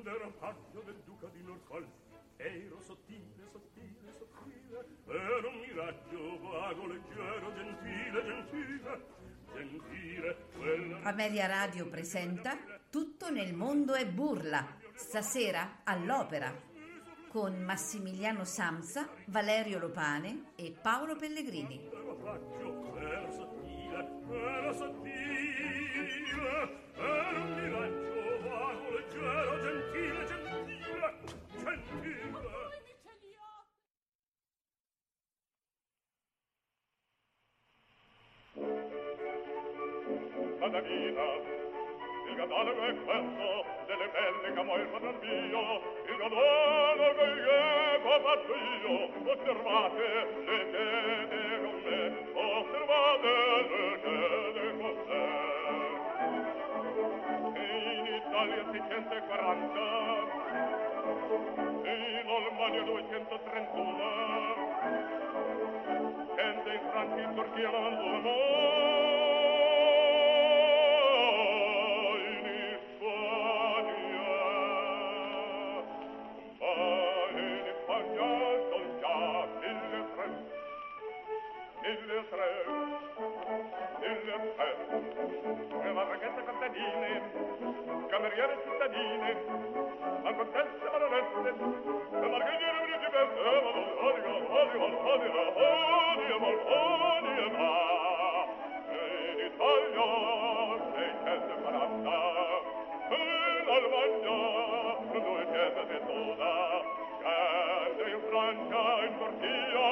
Era paggio del duca di Norfolk. Ero sottile, sottile, sottile. Ero un miraggio vago, leggero, gentile, gentile, gentile. Quella... Amelia Radio presenta Tutto nel mondo è burla, stasera all'Opera, con Massimiliano Samsa, Valerio Lopane e Paolo Pellegrini. Ero paggio, ero sottile, ero sottile. Ero un miraggio vago, leggero, gentile, gentile, gentile. La vita, il catalogo è questo, delle belle che a moi fanno mio, il catalogo che ho fatto io, osservate le tede con me, osservate le tede con me. In Italia 640, in Almania 231, gente in Francia, in Turchia, in una ragazza contadine, cameriere cittadine, a contesse baronesse, e margherite principesse, in Italia 640, in Almagna 231, gente in Francia, in Turchia,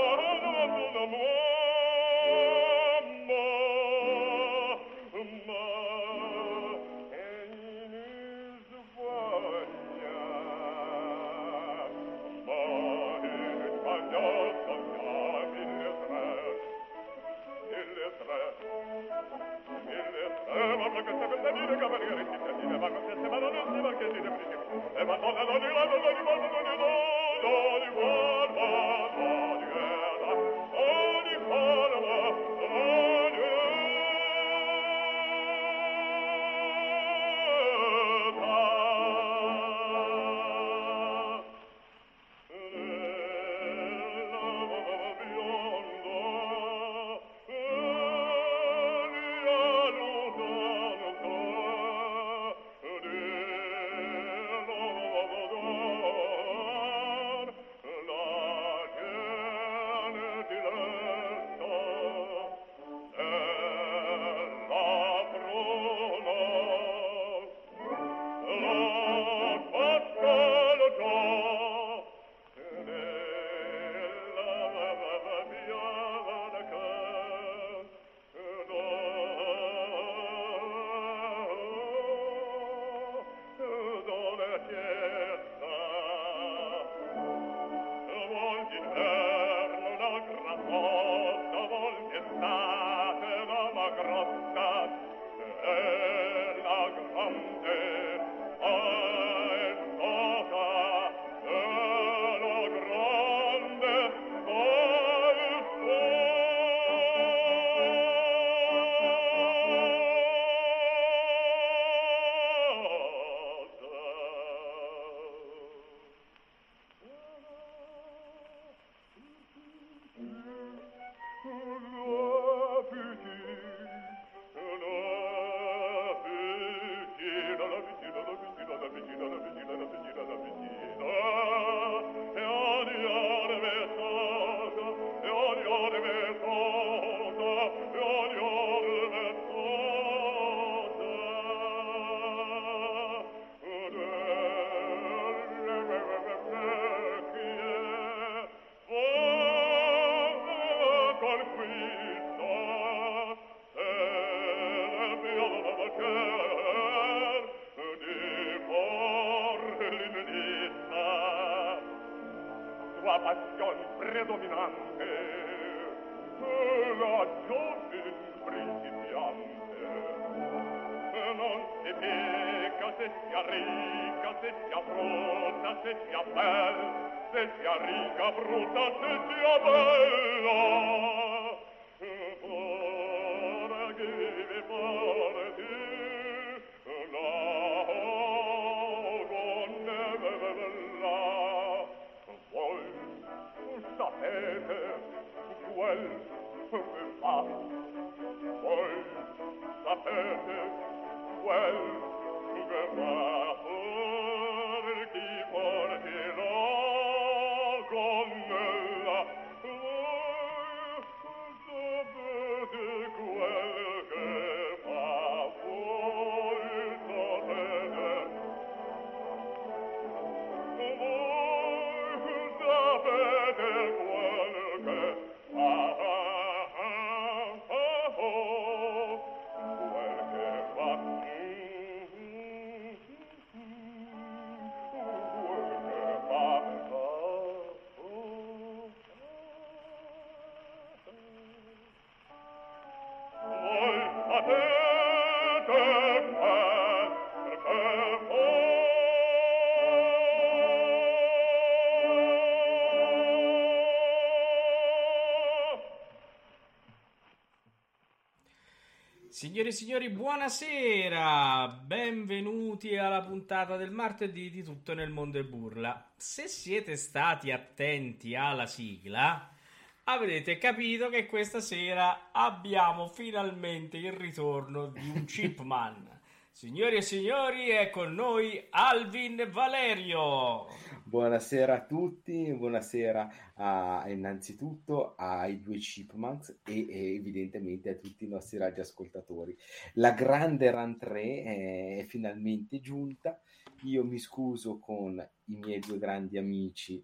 Signore e signori, buonasera, benvenuti alla puntata del martedì di Tutto nel mondo e burla. Se siete stati attenti alla sigla, avrete capito che questa sera abbiamo finalmente il ritorno di un Chipman. Signori e signori, è con noi Alvin Valerio. Buonasera a tutti, buonasera innanzitutto ai due Chipmunks e evidentemente a tutti i nostri radioascoltatori. La grande rentrée è finalmente giunta. Io mi scuso con i miei due grandi amici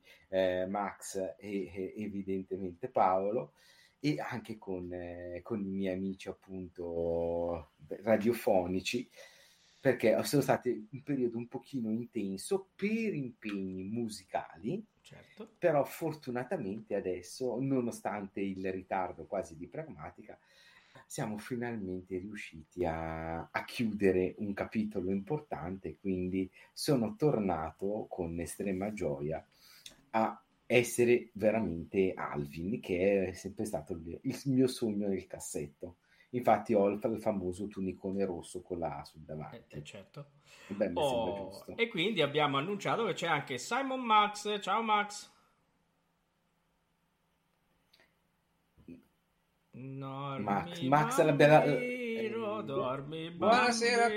Max e evidentemente Paolo, e anche con i miei amici appunto radiofonici, perché sono stato un periodo un pochino intenso per impegni musicali, certo. Però fortunatamente adesso, nonostante il ritardo quasi di Pragmatica, siamo finalmente riusciti a chiudere un capitolo importante, quindi sono tornato con estrema gioia a essere veramente Alvin, che è sempre stato il mio sogno nel cassetto. Infatti ho il famoso tunicone rosso con la A sul davanti. Certo. Beh, mi sembra giusto. E quindi abbiamo annunciato che c'è anche Simon Max. Ciao Max. Max la bella... dormi, buonasera.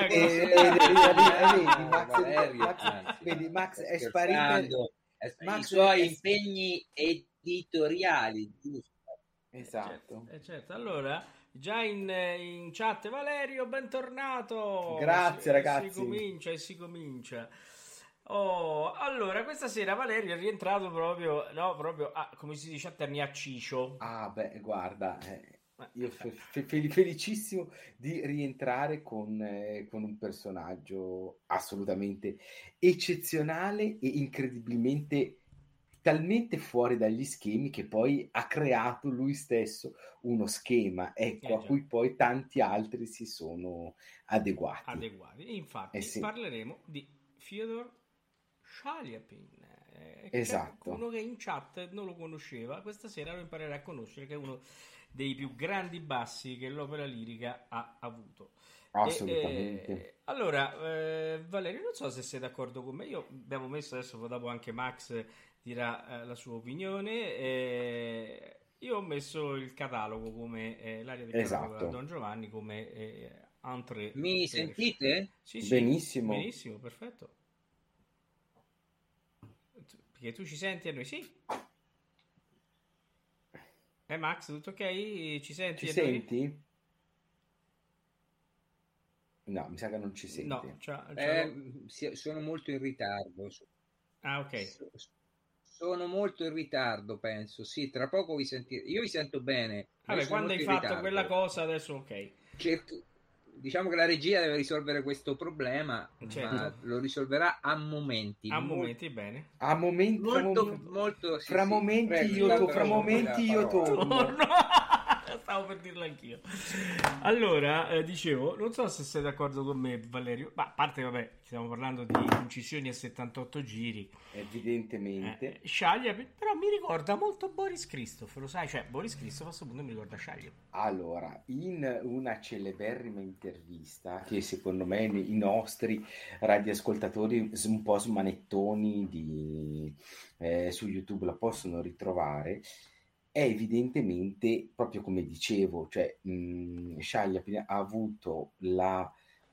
Vedi, Max è sparito. I suoi impegni editoriali, giusto? Esatto. Certo. Allora, già in chat Valerio, bentornato. Grazie ragazzi. Si comincia. Allora, questa sera Valerio è rientrato proprio come si dice a terni a Cicio. Ah, beh, guarda, io felicissimo di rientrare con un personaggio assolutamente eccezionale e incredibilmente talmente fuori dagli schemi che poi ha creato lui stesso uno schema, ecco, a cui poi tanti altri si sono adeguati. Infatti sì. Parleremo di Fyodor Shaliapin, esatto. Uno che in chat non lo conosceva, questa sera lo imparerà a conoscere, che è uno dei più grandi bassi che l'opera lirica ha avuto. Assolutamente. Allora, Valerio, non so se sei d'accordo con me. Io abbiamo messo adesso, dopo anche Max dirà la sua opinione. Io ho messo il catalogo come l'aria del catalogo da Don Giovanni come entrée. Mi sentite? Sì, benissimo. Benissimo, perfetto. Perché tu ci senti a noi? Sì. Max, tutto ok? Ci senti? Ci senti? No, mi sa che non ci senti. No, sono molto in ritardo. Ah, ok. Sono molto in ritardo, penso. Sì, tra poco vi sentirete. Io vi sento bene. Vabbè, quando hai fatto quella cosa, adesso ok. Diciamo che la regia deve risolvere questo problema, certo. Ma lo risolverà a momenti. Bene. A momenti, molto. Fra momenti io torno. Stavo per dirlo anch'io. Allora, dicevo, non so se sei d'accordo con me, Valerio, ma a parte, vabbè, stiamo parlando di incisioni a 78 giri. Evidentemente. Shaliapin, però mi ricorda molto Boris Christoph, lo sai? Cioè, Boris Christoph a questo punto mi ricorda Shaliapin. Allora, in una celeberrima intervista, che secondo me i nostri radioascoltatori un po' smanettoni su YouTube la possono ritrovare, è evidentemente, proprio come dicevo, cioè Shaliapin ha avuto la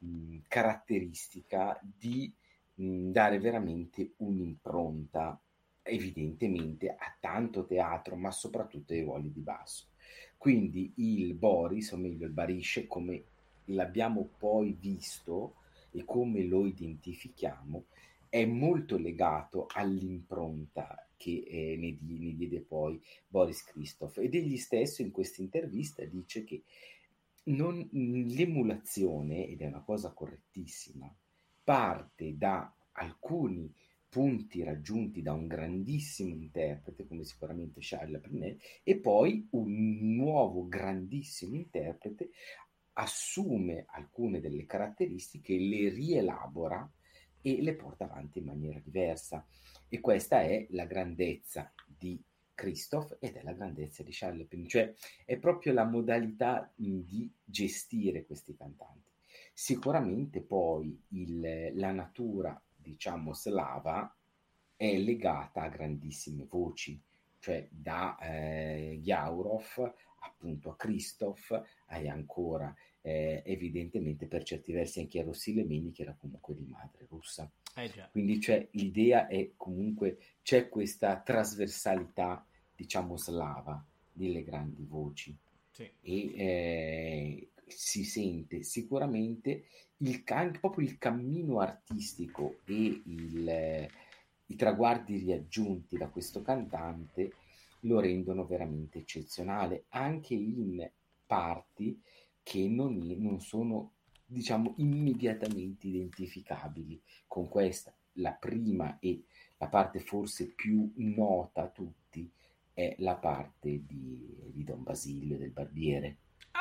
caratteristica di dare veramente un'impronta, evidentemente, a tanto teatro, ma soprattutto ai ruoli di basso. Quindi il Boris, o meglio il Barisce, come l'abbiamo poi visto e come lo identifichiamo, è molto legato all'impronta che ne diede poi Boris Christoph, ed egli stesso in questa intervista dice che l'emulazione, ed è una cosa correttissima, parte da alcuni punti raggiunti da un grandissimo interprete come sicuramente Charles Laprenel, e poi un nuovo grandissimo interprete assume alcune delle caratteristiche, le rielabora e le porta avanti in maniera diversa. E questa è la grandezza di Christoph ed è la grandezza di Charles Laprenel, cioè è proprio la modalità di gestire questi cantanti. Sicuramente poi la natura, diciamo, slava è legata a grandissime voci, cioè da Ghiaurov appunto a Christoph, hai ancora evidentemente per certi versi anche a Rossi-Lemeni, che era comunque di madre russa. Già. Quindi l'idea è comunque, c'è questa trasversalità, diciamo, slava delle grandi voci. Sì. E si sente sicuramente proprio il cammino artistico e i traguardi riaggiunti da questo cantante lo rendono veramente eccezionale, anche in parti che non sono, diciamo, immediatamente identificabili con questa. La prima e la parte forse più nota a tutti è la parte di Don Basilio, del barbiere.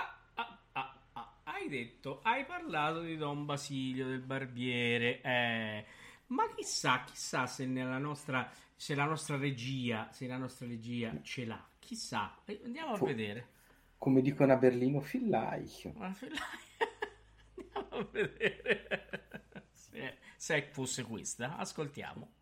Hai parlato di Don Basilio, del barbiere, ma chissà se la nostra regia ce l'ha, chissà, andiamo a vedere. Come dicono a Berlino, vielleicht. Andiamo a vedere se fosse questa, ascoltiamo.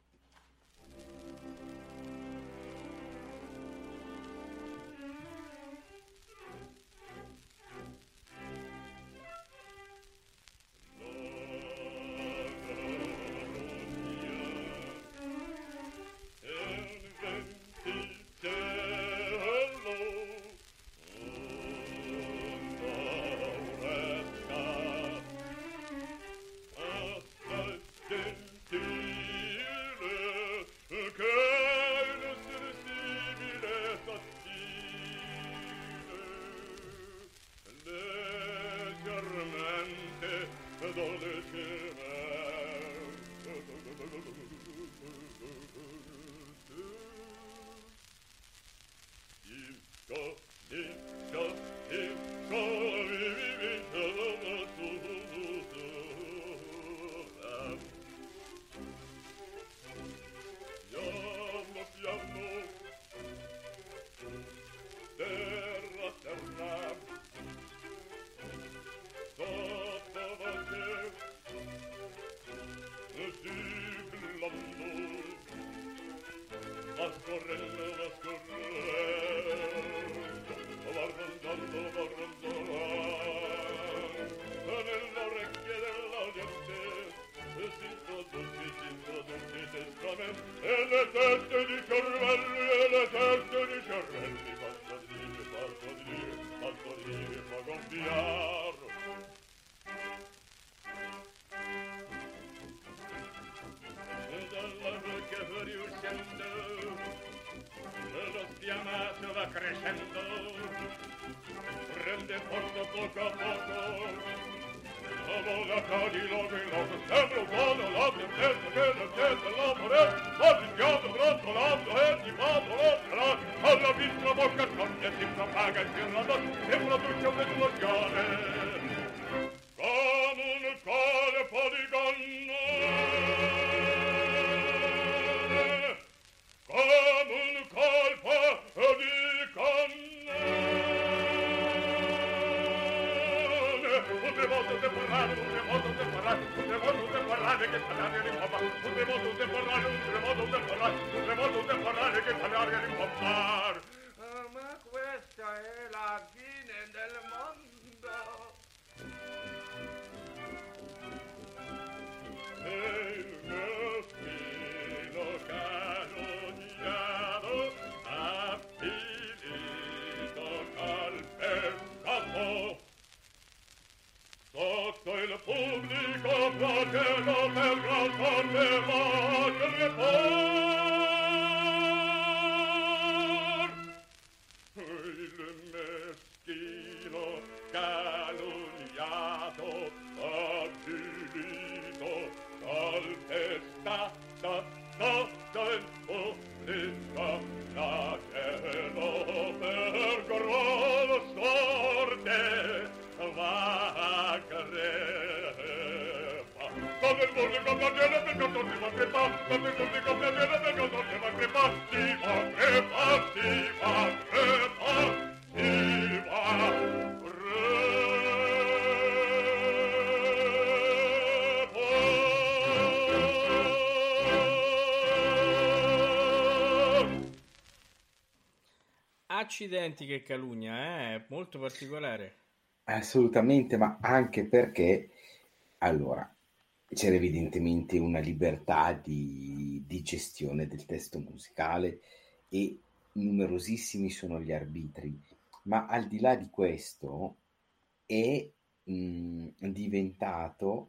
Ma questa è la fine del mondo. Accidenti, che calugna, molto particolare. Assolutamente, ma anche perché, allora, c'era evidentemente una libertà di gestione del testo musicale e numerosissimi sono gli arbitri, ma al di là di questo è diventato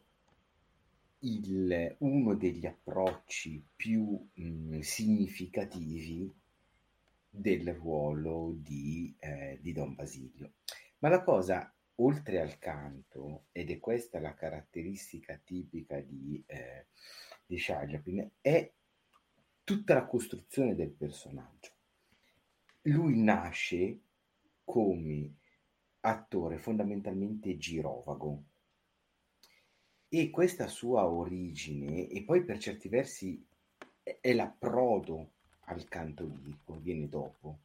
uno degli approcci più significativi del ruolo di Don Basilio. Ma la cosa, oltre al canto, ed è questa la caratteristica tipica di Sciarliapin, è tutta la costruzione del personaggio. Lui nasce come attore fondamentalmente girovago e questa sua origine, e poi per certi versi è l'approdo al canto lirico, viene dopo,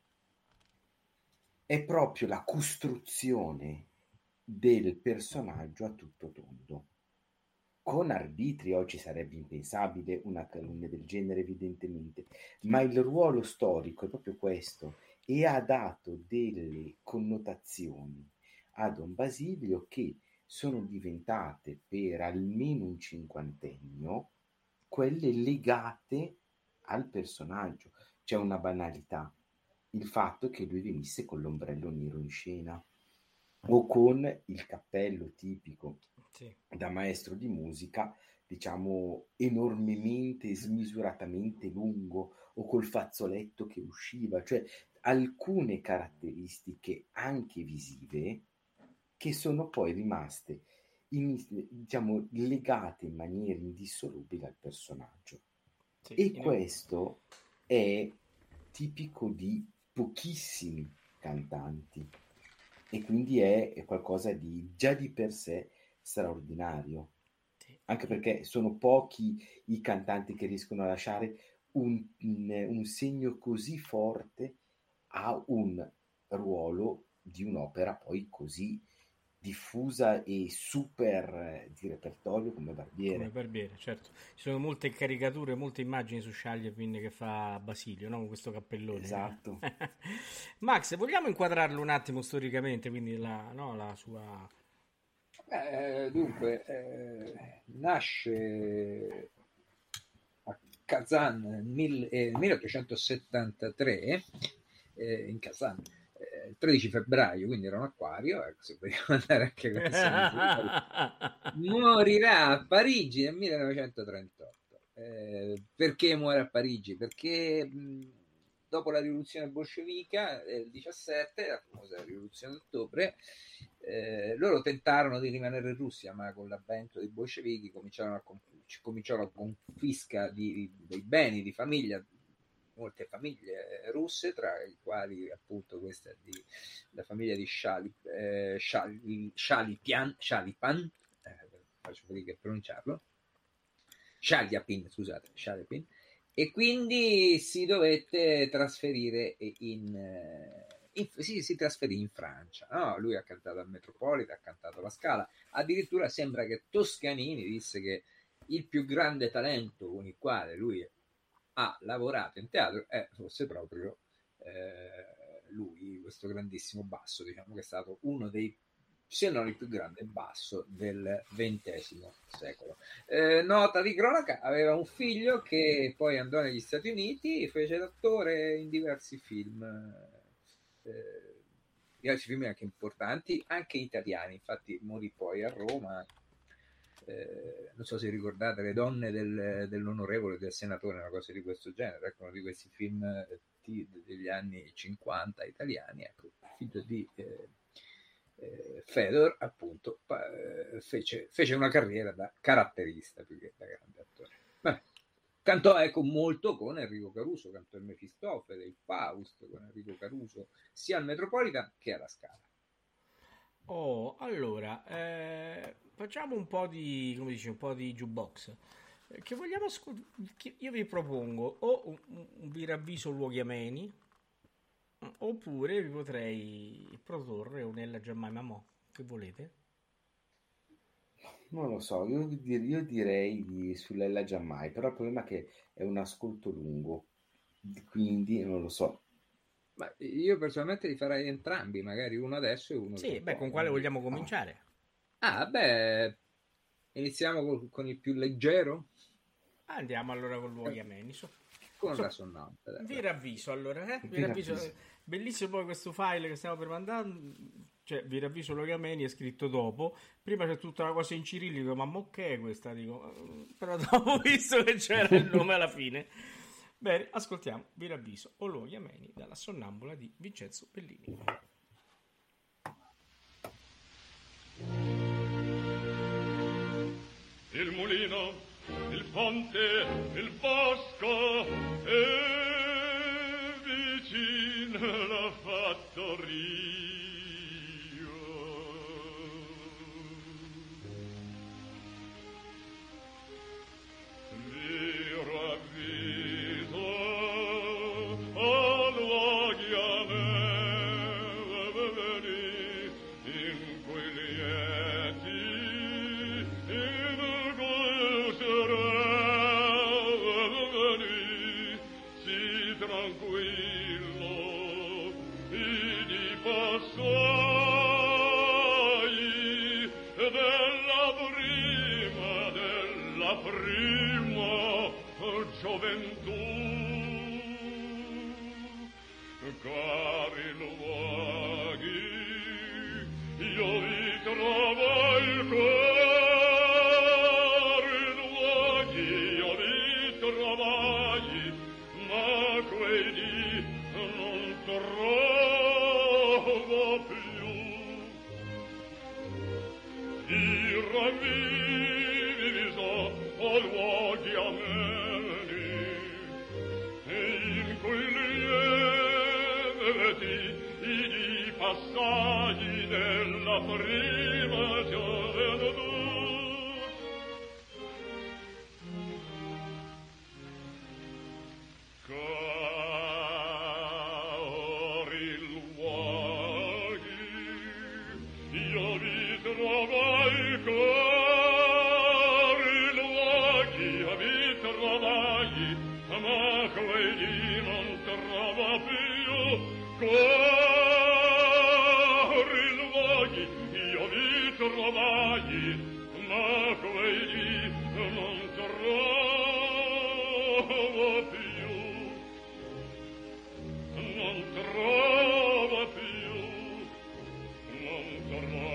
è proprio la costruzione del personaggio a tutto tondo. Con arbitri oggi sarebbe impensabile una calunnia del genere, evidentemente, ma il ruolo storico è proprio questo e ha dato delle connotazioni a Don Basilio che sono diventate per almeno un cinquantennio quelle legate al personaggio. C'è una banalità, il fatto che lui venisse con l'ombrello nero in scena o con il cappello tipico da maestro di musica, diciamo enormemente, smisuratamente lungo, o col fazzoletto che usciva, cioè alcune caratteristiche anche visive che sono poi rimaste diciamo legate in maniera indissolubile al personaggio. E questo è tipico di pochissimi cantanti e quindi è qualcosa di già di per sé straordinario, anche perché sono pochi i cantanti che riescono a lasciare un segno così forte a un ruolo di un'opera poi così diffusa e super di repertorio come Barbiere. Come Barbiere, certo. Ci sono molte caricature, molte immagini su Sciarliapin che fa Basilio, no? Con questo cappellone. Esatto. Max, vogliamo inquadrarlo un attimo storicamente, quindi la sua... Dunque, nasce a Kazan nel 1873, in Kazan, il 13 febbraio, quindi era un acquario, ecco, se vogliamo andare anche con morirà a Parigi nel 1938. Perché muore a Parigi? Perché dopo la rivoluzione bolscevica del 17, la famosa rivoluzione d'ottobre, loro tentarono di rimanere in Russia, ma con l'avvento dei bolscevichi cominciò la confisca dei beni di famiglia, molte famiglie russe, tra i quali appunto questa la famiglia di Shalipan, faccio fatica a pronunciarlo, Sciarliapin, scusate, Sciarliapin, e quindi si dovette trasferire si trasferì in Francia, no? Lui ha cantato al Metropolitan, ha cantato alla Scala, addirittura sembra che Toscanini disse che il più grande talento con il quale lui ha lavorato in teatro fosse proprio lui, questo grandissimo basso, diciamo che è stato uno dei, se non il più grande basso del XX secolo. Nota di cronaca, aveva un figlio che poi andò negli Stati Uniti, fece l'attore in diversi film anche importanti, anche italiani, infatti morì poi a Roma non so se ricordate, Le donne dell'onorevole del senatore, una cosa di questo genere, ecco, uno di questi film degli anni 50 italiani, ecco, figlio di Fedor, appunto, fece una carriera da caratterista più che da grande attore. Beh, cantò, ecco, molto con Enrico Caruso, cantò il Mefistofele, il Faust con Enrico Caruso, sia al Metropolitan che alla Scala. Oh, allora, facciamo un po' di, come dici, un po' di jukebox. Che vogliamo io vi propongo o vi ravviso luoghi ameni, oppure vi potrei proporre un'Ella Giammaia Mo. Che volete? Non lo so, io direi sull'Ella Giammai, però il problema è che è un ascolto lungo, quindi non lo so. Ma io personalmente li farei entrambi, magari uno adesso e uno Sì, dopo. con quale vogliamo cominciare? Iniziamo con il più leggero? Andiamo allora con luoghi ameni. Con la sonnante. Vi ravviso allora, vi ravviso. Bellissimo poi questo file che stiamo per mandare, cioè vi ravviso luoghi ameni è scritto dopo, prima c'è tutta una cosa in cirillico, ma che è questa? Dico, però dopo ho visto che c'era il nome alla fine. Bene, ascoltiamo, vi ravviso o luoghi ameni dalla Sonnambula di Vincenzo Bellini. Il mulino, il ponte, il bosco e vicino la fattoria. Vi ravviso a luoghi ameni in cui lieti in cui sereni si tranquillo di passai della prima gioventù. Cari luoghi, io vi trovai cari luoghi, io vi trovai, ma quei dì non trovo più. Vi ravviso o luoghi ameni, in cui lieti di passaggi della prima gioventù. Cari luoghi, io vi trovai cari luoghi, io vi trovai, ma quelli non trova più. Cari luoghi, io vi trovai, ma quelli non trova più. Non trova più, non trova.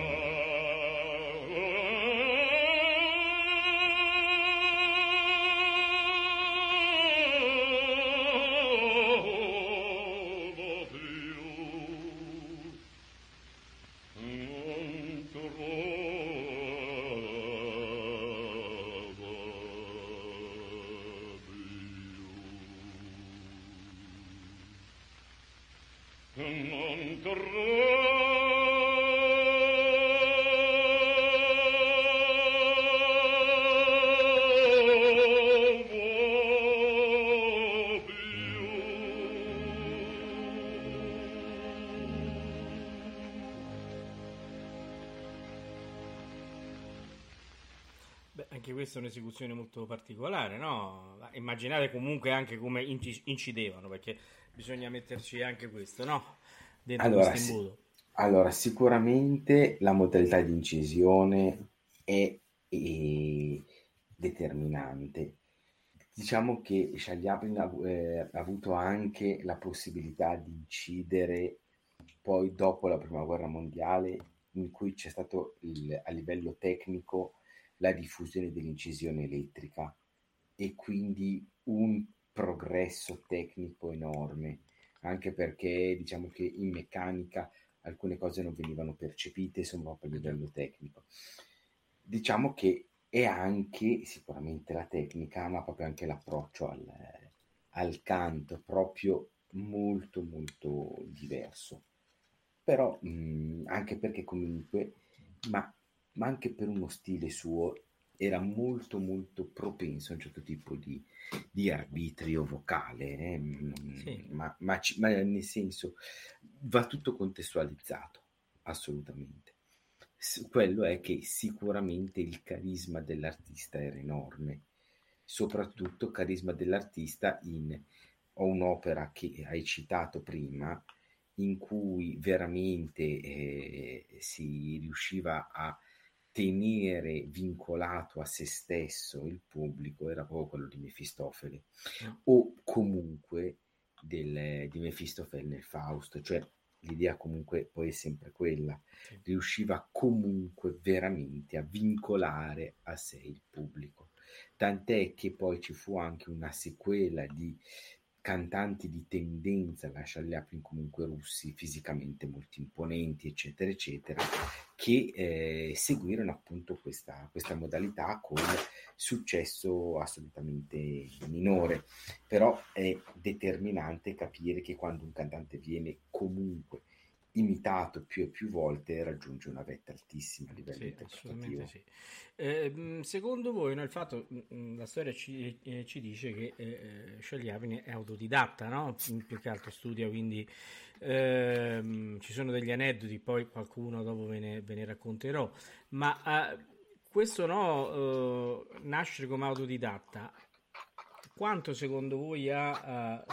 Beh, anche questa è un'esecuzione molto particolare, no? Immaginate comunque anche come incidevano, perché bisogna metterci anche questo, no? Dentro questo imbuto. Allora, sicuramente la modalità di incisione è determinante. Diciamo che Sciagliapin ha avuto anche la possibilità di incidere poi dopo la prima guerra mondiale, in cui c'è stato a livello tecnico la diffusione dell'incisione elettrica e quindi un progresso tecnico enorme, anche perché diciamo che in meccanica alcune cose non venivano percepite, insomma, proprio a livello tecnico. Diciamo che è anche sicuramente la tecnica, ma proprio anche l'approccio al canto, proprio molto molto diverso. Però anche perché comunque, ma anche per uno stile suo, era molto molto propenso a un certo tipo di arbitrio vocale, Sì. ma nel senso va tutto contestualizzato, assolutamente. Quello è che sicuramente il carisma dell'artista era enorme, soprattutto carisma dell'artista ho un'opera che hai citato prima, in cui veramente si riusciva a tenere vincolato a se stesso il pubblico, era proprio quello di Mefistofele, o comunque di Mefistofele nel Fausto, cioè l'idea comunque poi è sempre quella, riusciva comunque veramente a vincolare a sé il pubblico, tant'è che poi ci fu anche una sequela di cantanti di tendenza, Shaliapin comunque russi, fisicamente molto imponenti, eccetera, eccetera, che seguirono appunto questa modalità con successo assolutamente minore. Però è determinante capire che quando un cantante viene comunque imitato più e più volte raggiunge una vetta altissima a livello interpretativo. Sì. Secondo voi, no, il fatto, la storia ci dice che Sciagliapin è autodidatta, no? Più che altro studia, quindi ci sono degli aneddoti, poi qualcuno dopo ve ne racconterò, ma questo no, nascere come autodidatta, quanto secondo voi ha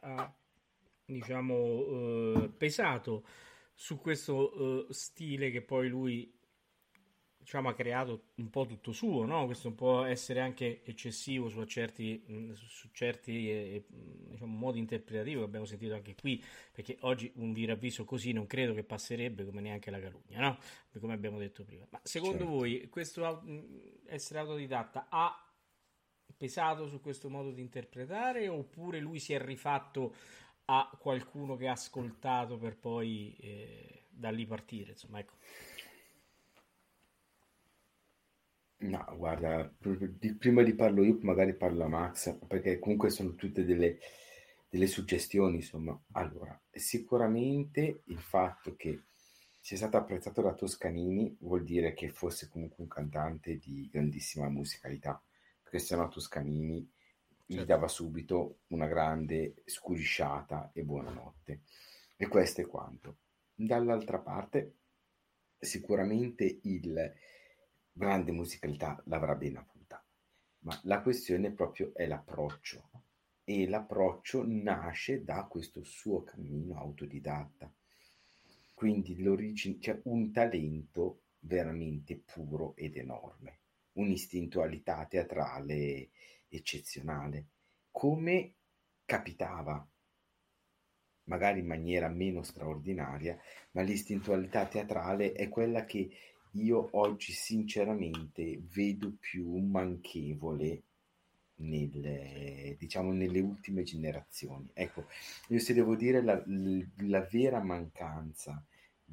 diciamo pesato su questo stile che poi lui, diciamo, ha creato un po' tutto suo, no? Questo può essere anche eccessivo su certi diciamo, modi interpretativi che abbiamo sentito anche qui, perché oggi un viravviso così non credo che passerebbe, come neanche la calunnia, no? Come abbiamo detto prima. Ma secondo voi questo essere autodidatta ha pesato su questo modo di interpretare, oppure lui si è rifatto a qualcuno che ha ascoltato per poi da lì partire, insomma, ecco. No, guarda, prima di parlo io, magari parla Max, perché comunque sono tutte delle suggestioni, insomma. Allora, sicuramente il fatto che sia stato apprezzato da Toscanini vuol dire che fosse comunque un cantante di grandissima musicalità, perché sennò Toscanini gli dava subito una grande scudisciata e buonanotte. E questo è quanto. Dall'altra parte, sicuramente il grande musicalità l'avrà ben avuta, ma la questione proprio è l'approccio, e l'approccio nasce da questo suo cammino autodidatta, quindi l'origine, cioè un talento veramente puro ed enorme, un'istintualità teatrale eccezionale, come capitava magari in maniera meno straordinaria, ma l'istintualità teatrale è quella che io oggi sinceramente vedo più manchevole diciamo nelle ultime generazioni. Ecco, io se devo dire la vera mancanza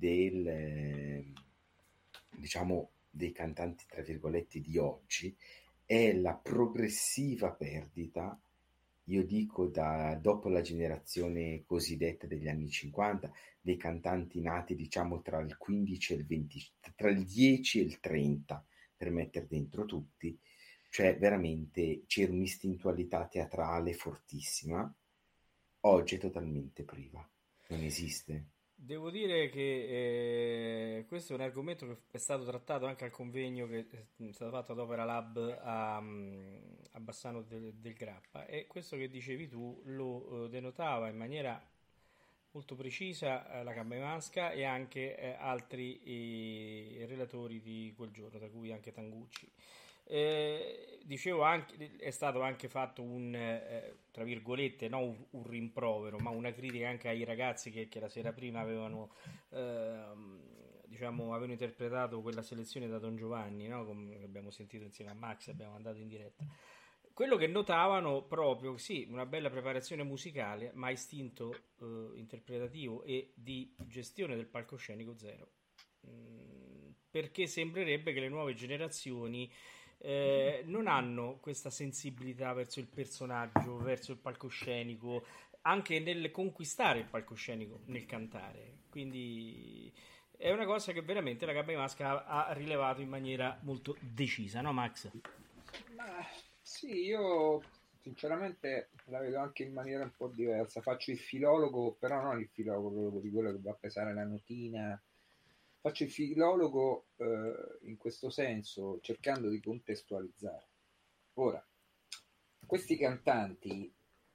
diciamo dei cantanti tra virgolette di oggi è la progressiva perdita, io dico dopo la generazione cosiddetta degli anni 50, dei cantanti nati diciamo tra il 15 e il 20, tra il 10 e il 30, per mettere dentro tutti, cioè veramente c'era un'istintualità teatrale fortissima, oggi è totalmente priva, non esiste. Devo dire che questo è un argomento che è stato trattato anche al convegno che è stato fatto ad Opera Lab a Bassano del Grappa, e questo che dicevi tu lo denotava in maniera molto precisa la Cabamasca e anche altri relatori di quel giorno, tra cui anche Tangucci. Dicevo anche, è stato anche fatto tra virgolette, non un rimprovero, ma una critica anche ai ragazzi che la sera prima avevano diciamo, avevano interpretato quella selezione da Don Giovanni, no? Come abbiamo sentito insieme a Max, abbiamo mandato in diretta. Quello che notavano proprio, sì, una bella preparazione musicale, ma istinto interpretativo e di gestione del palcoscenico zero. Perché sembrerebbe che le nuove generazioni non hanno questa sensibilità verso il personaggio, verso il palcoscenico, anche nel conquistare il palcoscenico, nel cantare. Quindi è una cosa che veramente la Gabba di Masca ha rilevato in maniera molto decisa, no Max? Ma sì, io sinceramente la vedo anche in maniera un po' diversa. Faccio il filologo, però non il filologo di quello che va a pesare la notina. Faccio il filologo in questo senso, cercando di contestualizzare. Ora, questi cantanti,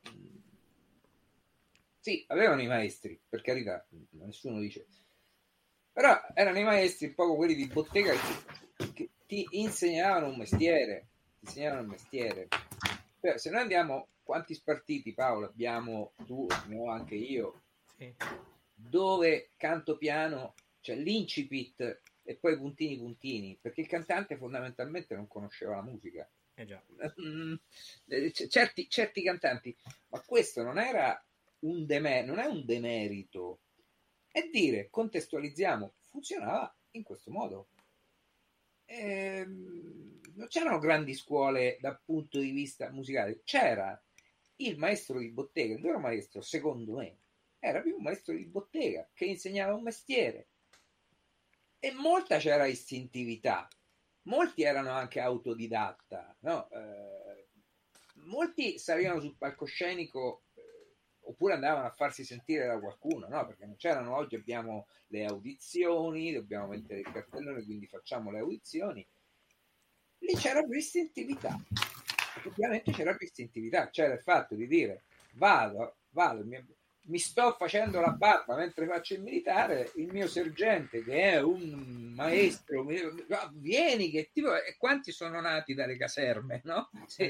sì, avevano i maestri, per carità, nessuno dice, però erano i maestri un po' quelli di bottega che ti insegnavano un mestiere. Però, se noi andiamo, quanti spartiti, Paolo, abbiamo, tu, ne ho anche io, Sì. dove canto piano, cioè l'incipit e poi puntini, perché il cantante fondamentalmente non conosceva la musica. Già. Certi cantanti, ma questo non era non è un demerito, è dire, contestualizziamo, funzionava in questo modo. Non c'erano grandi scuole dal punto di vista musicale, c'era il maestro di bottega, il vero maestro secondo me era più un maestro di bottega che insegnava un mestiere, e molta c'era istintività, molti erano anche autodidatta, no? Molti salivano sul palcoscenico oppure andavano a farsi sentire da qualcuno, no? Perché non c'erano, oggi abbiamo le audizioni, dobbiamo mettere il cartellone, quindi facciamo le audizioni. Lì c'era più istintività, ovviamente c'era più istintività, c'era il fatto di dire vado, mi sto facendo la barba mentre faccio il militare, il mio sergente che è un maestro vieni, che tipo, e quanti sono nati dalle caserme, no?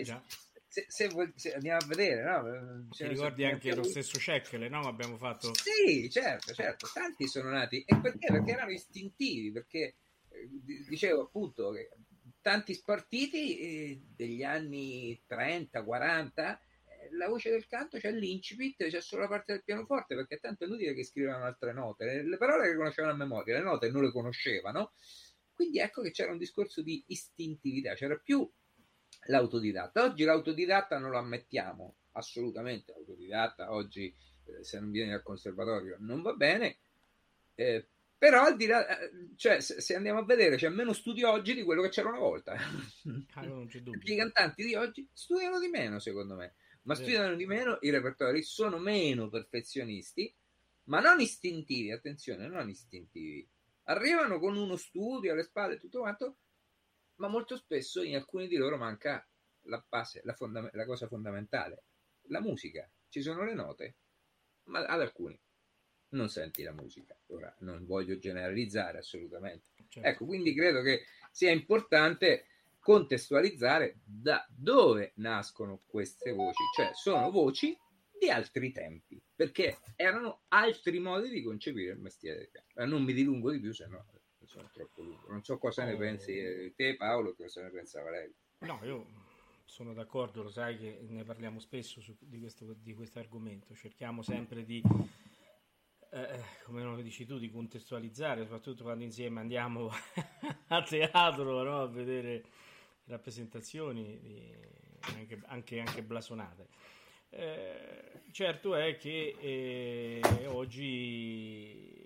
Se andiamo a vedere, no? Ti ricordi anche lo stesso Cecchele, no? Abbiamo fatto... Sì, certo, tanti sono nati, e perché erano istintivi, perché dicevo appunto che tanti spartiti degli anni 30, 40, la voce del canto c'è l'incipit, c'è solo la parte del pianoforte, perché tanto è inutile che scrivano altre note, le parole che conoscevano a memoria, le note non le conoscevano, quindi ecco che c'era un discorso di istintività, c'era più l'autodidatta. Oggi l'autodidatta non lo ammettiamo, assolutamente, l'autodidatta oggi se non vieni al conservatorio non va bene, però al di là, cioè, se andiamo a vedere c'è meno studio oggi di quello che c'era una volta. Non c'è dubbio. I cantanti di oggi studiano di meno, secondo me, ma studiano di meno, i repertori sono meno perfezionisti, ma non istintivi, attenzione, non istintivi, arrivano con uno studio alle spalle, tutto quanto, ma molto spesso in alcuni di loro manca la base, la cosa fondamentale, la musica. Ci sono le note, ma ad alcuni non senti la musica. Ora non voglio generalizzare assolutamente. Certo. Ecco, quindi credo che sia importante contestualizzare da dove nascono queste voci, cioè sono voci di altri tempi, perché erano altri modi di concepire il mestiere del canto. Non mi dilungo di più, se no sono troppo lungo. Non so cosa ne pensi te, Paolo, cosa ne pensa Valerio. No, io sono d'accordo, lo sai che ne parliamo spesso di questo argomento, cerchiamo sempre di come lo dici tu, di contestualizzare, soprattutto quando insieme andiamo a teatro, no? A vedere rappresentazioni anche blasonate. Certo è che oggi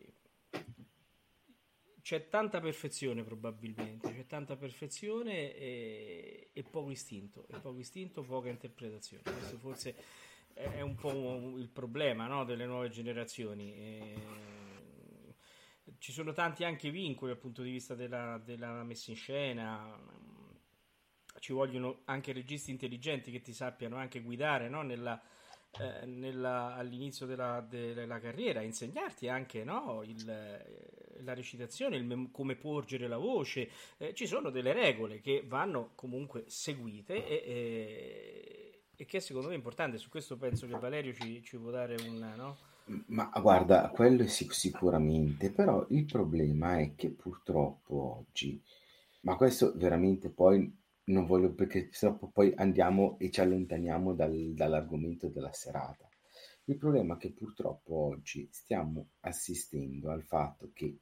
c'è tanta perfezione, probabilmente c'è tanta perfezione e poco istinto, poca interpretazione. Questo forse è un po' il problema, no, delle nuove generazioni. Ci sono tanti anche vincoli dal punto di vista della messa in scena. Ci vogliono anche registi intelligenti che ti sappiano anche guidare, no, all'inizio della carriera, insegnarti anche, no, la recitazione, come porgere la voce. Ci sono delle regole che vanno comunque seguite e che secondo me è importante. Su questo penso che Valerio ci può dare Ma guarda, quello è sicuramente, però il problema è che purtroppo oggi, ma questo veramente poi non voglio, perché sennò poi andiamo e ci allontaniamo dall'argomento della serata. Il problema è che purtroppo oggi stiamo assistendo al fatto che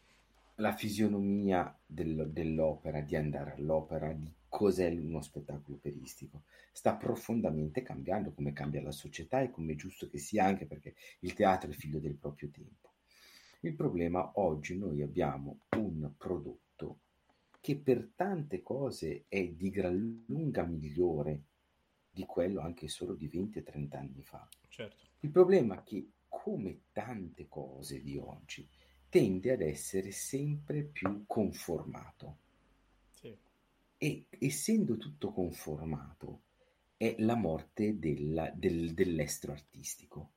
la fisionomia dell'opera, di andare all'opera, di cos'è uno spettacolo operistico, sta profondamente cambiando, come cambia la società e come è giusto che sia, anche perché il teatro è figlio del proprio tempo. Il problema oggi noi abbiamo un prodotto che per tante cose è di gran lunga migliore di quello anche solo di 20 o 30 anni fa. Certo. Il problema è che, come tante cose di oggi, tende ad essere sempre più conformato. Sì. E essendo tutto conformato, è la morte dell'estro artistico.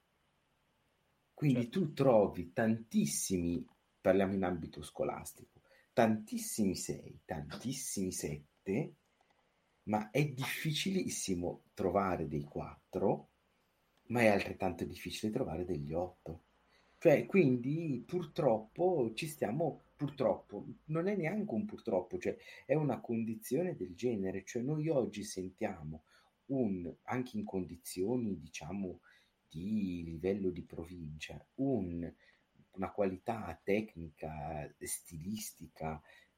Quindi Certo. tu trovi tantissimi, parliamo in ambito scolastico, tantissimi 6, tantissimi 7, ma è difficilissimo trovare dei 4, ma è altrettanto difficile trovare degli 8. Cioè, quindi purtroppo purtroppo, non è neanche un purtroppo, cioè è una condizione del genere, cioè noi oggi sentiamo anche in condizioni, diciamo, di livello di provincia, una qualità tecnica, stilistica,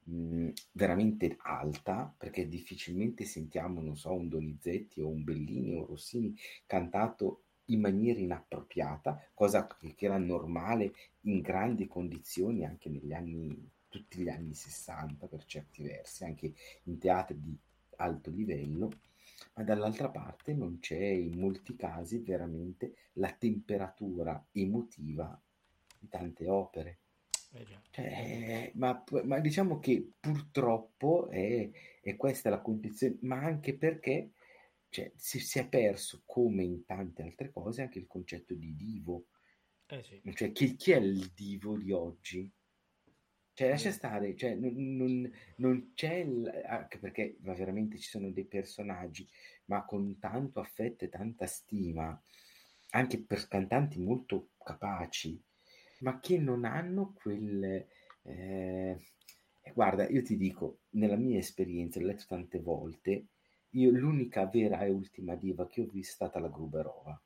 veramente alta, perché difficilmente sentiamo, non so, un Donizetti o un Bellini o un Rossini cantato in maniera inappropriata, cosa che era normale in grandi condizioni anche tutti gli anni 60 per certi versi, anche in teatri di alto livello, ma dall'altra parte non c'è in molti casi veramente la temperatura emotiva di tante opere. Ma diciamo che purtroppo è questa la condizione, ma anche perché si è perso, come in tante altre cose, anche il concetto di divo. Sì. Cioè, chi è il divo di oggi? Cioè, lascia stare, cioè, non c'è, anche perché veramente ci sono dei personaggi, ma con tanto affetto e tanta stima, anche per cantanti molto capaci, ma che non hanno guarda, io ti dico, nella mia esperienza, l'ho letto tante volte, l'unica vera e ultima diva che ho visto è stata la Gruberova.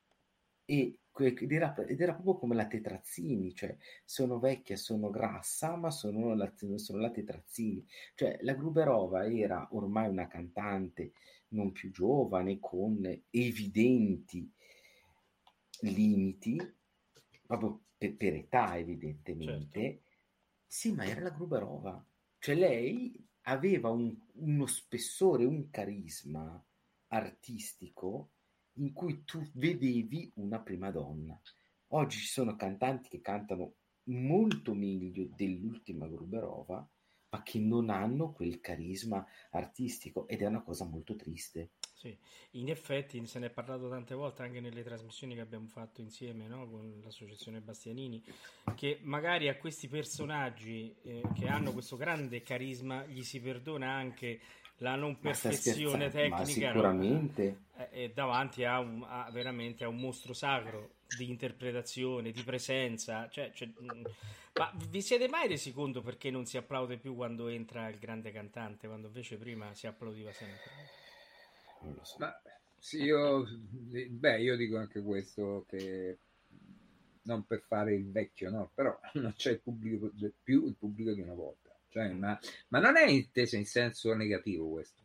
Ed era proprio come la Tetrazzini, cioè sono vecchia, sono grassa, ma sono la Tetrazzini. Cioè la Gruberova era ormai una cantante non più giovane, con evidenti limiti, proprio per età evidentemente. Certo. Sì, ma era la Gruberova. Cioè lei aveva uno spessore, un carisma artistico in cui tu vedevi una prima donna. Oggi ci sono cantanti che cantano molto meglio dell'ultima Gruberova, ma che non hanno quel carisma artistico, ed è una cosa molto triste. Sì, in effetti se ne è parlato tante volte anche nelle trasmissioni che abbiamo fatto insieme, no, con l'associazione Bastianini, che magari a questi personaggi che hanno questo grande carisma gli si perdona anche la non perfezione tecnica, ma sicuramente. davanti veramente a un mostro sacro di interpretazione, di presenza. Ma vi siete mai resi conto perché non si applaude più quando entra il grande cantante, quando invece prima si applaudiva sempre? Non lo so. Ma sì, io dico anche questo, che non per fare il vecchio, no, però non c'è il pubblico più il pubblico di una volta, cioè, ma non è inteso in senso negativo questo.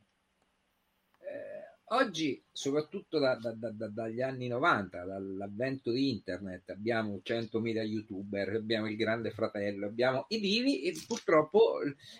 Oggi, soprattutto dagli anni 90, dall'avvento di internet, abbiamo 100.000 youtuber, abbiamo il Grande Fratello, abbiamo i divi, e purtroppo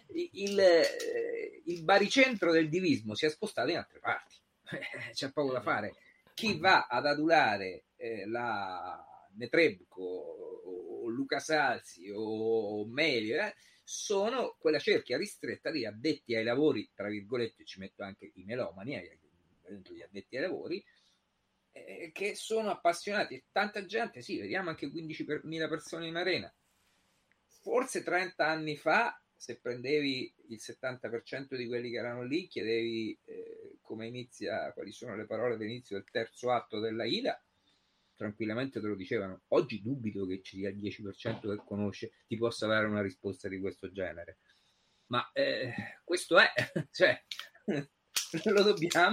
il baricentro del divismo si è spostato in altre parti. C'è poco da fare. Chi va ad adulare la Netrebko o Luca Salsi o Melio sono quella cerchia ristretta di addetti ai lavori, tra virgolette, ci metto anche i melomani, dentro gli addetti ai lavori, che sono appassionati, e tanta gente, sì, vediamo anche 15.000 persone in arena. Forse 30 anni fa, se prendevi il 70% di quelli che erano lì, chiedevi come inizia, quali sono le parole d'inizio del terzo atto della Ida, tranquillamente te lo dicevano. Oggi dubito che ci sia il 10% che conosce, ti possa dare una risposta di questo genere. Ma questo è, cioè, lo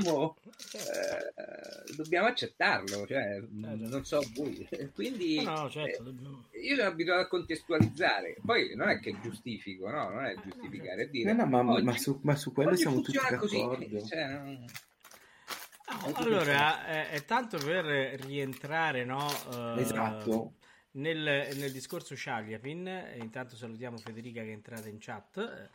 dobbiamo accettarlo, cioè, non so voi. Quindi No, certo. io sono abituato a contestualizzare, poi non è che giustifico, no? Non è giustificare, è dire ma su quello oggi siamo tutti funziona così, d'accordo. cioè, Allora, è tanto per rientrare, no? Esatto. Nel discorso Sciagliapin, intanto salutiamo Federica che è entrata in chat.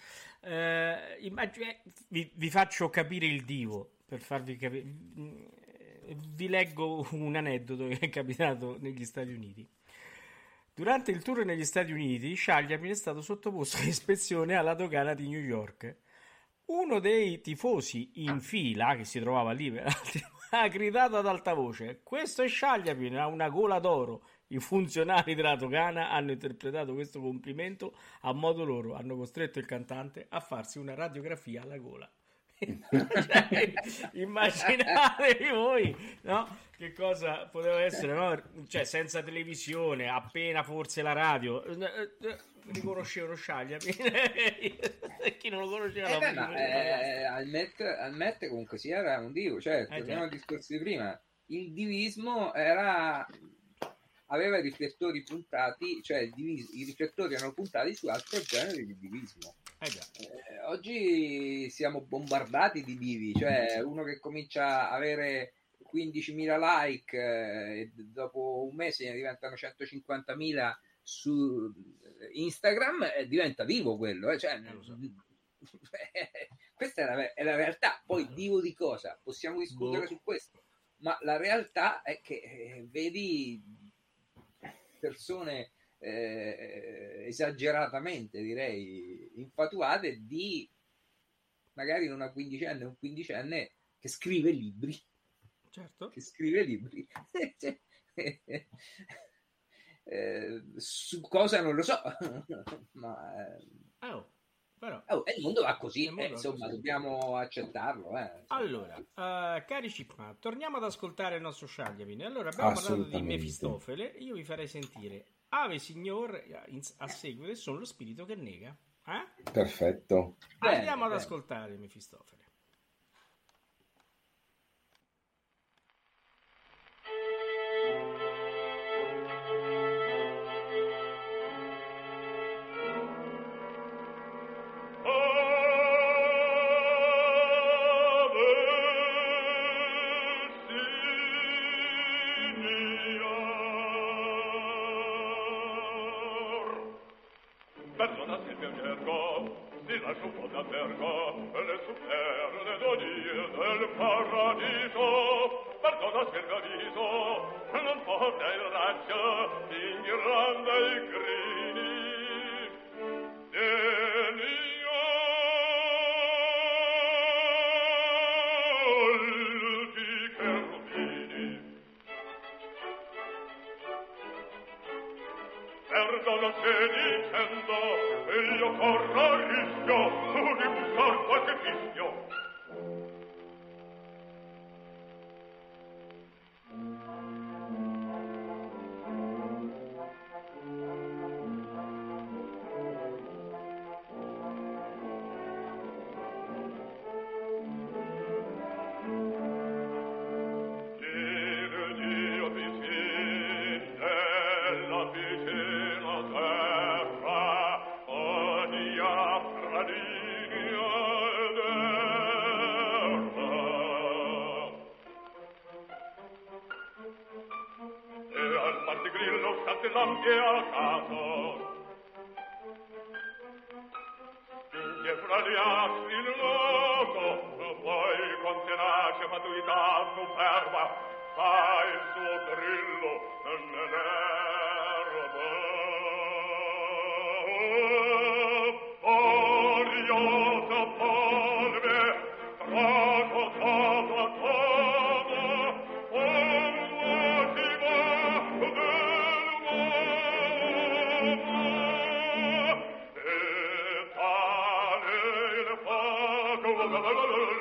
Vi faccio capire il divo per farvi capire. Vi leggo un aneddoto che è capitato negli Stati Uniti. Durante il tour negli Stati Uniti, Sciagliapin è stato sottoposto a ispezione alla dogana di New York. Uno dei tifosi in fila, che si trovava lì per ha gridato ad alta voce: questo è Sciagliapin, ha una gola d'oro. I funzionari della dogana hanno interpretato questo complimento a modo loro, hanno costretto il cantante a farsi una radiografia alla gola. Cioè, immaginatevi voi, no? Che cosa poteva essere, no? Cioè, senza televisione, appena forse la radio, riconoscevano Sciagliapin. Chi non lo conosceva al Met comunque si era un divo, cioè torniamo al discorso di prima, il divismo aveva i riflettori puntati, cioè i riflettori erano puntati su altro genere di divismo. Oggi siamo bombardati di divi, cioè uno che comincia a avere 15.000 like e dopo un mese ne diventano 150.000 su Instagram, diventa divo quello, cioè, questa è la realtà. Poi divo di cosa? Possiamo discutere su questo, ma la realtà è che vedi persone esageratamente, direi, infatuate di magari una quindicenne, un quindicenne che scrive libri. Certo. Che scrive libri. Su cosa non lo so, ma però il mondo va così, insomma, dobbiamo accettarlo. Allora, cari Cipma, torniamo ad ascoltare il nostro Sciagliapin. Allora, abbiamo parlato di Mefistofele, io vi farei sentire Ave Signor a seguito e sono lo spirito che nega. Perfetto. Andiamo ad ascoltare Mefistofele.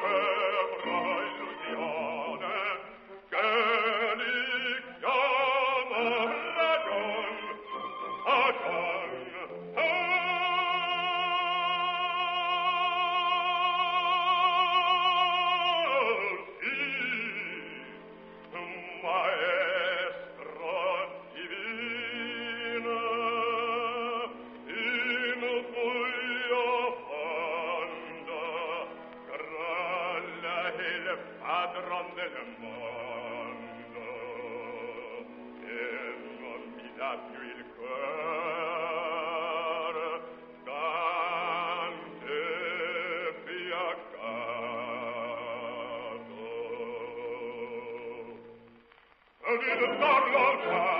Che mondo che non mi dà più il cuore stante fiaccato e di dar lontano.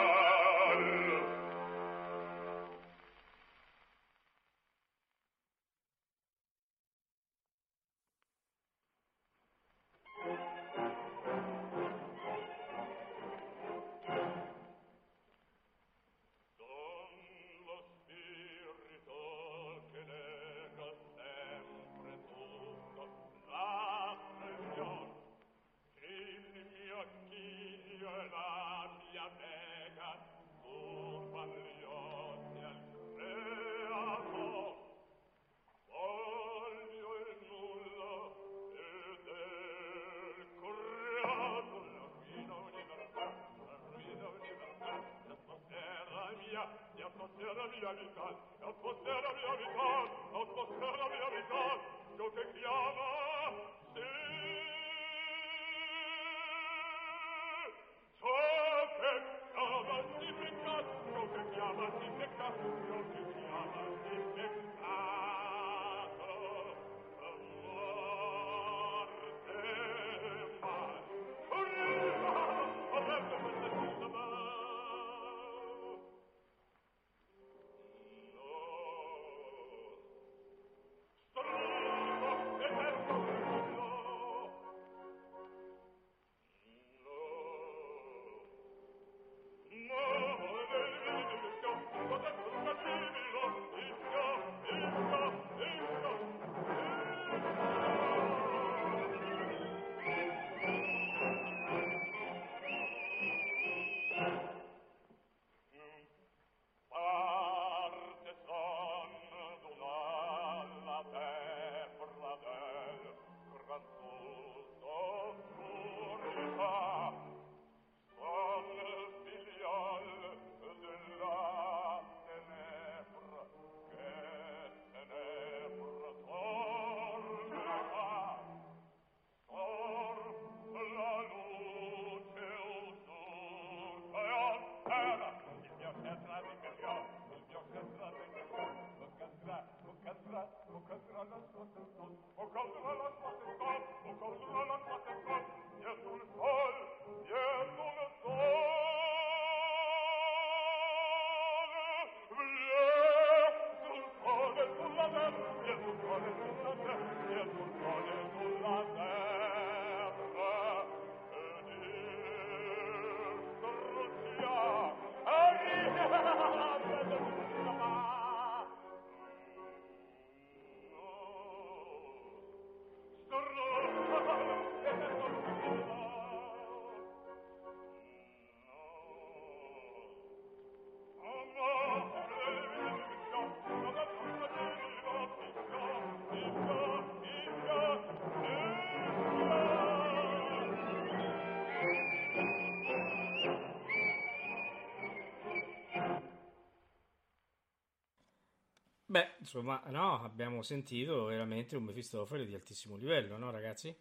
Beh, insomma, no, abbiamo sentito veramente un Mefistofele di altissimo livello, no, ragazzi?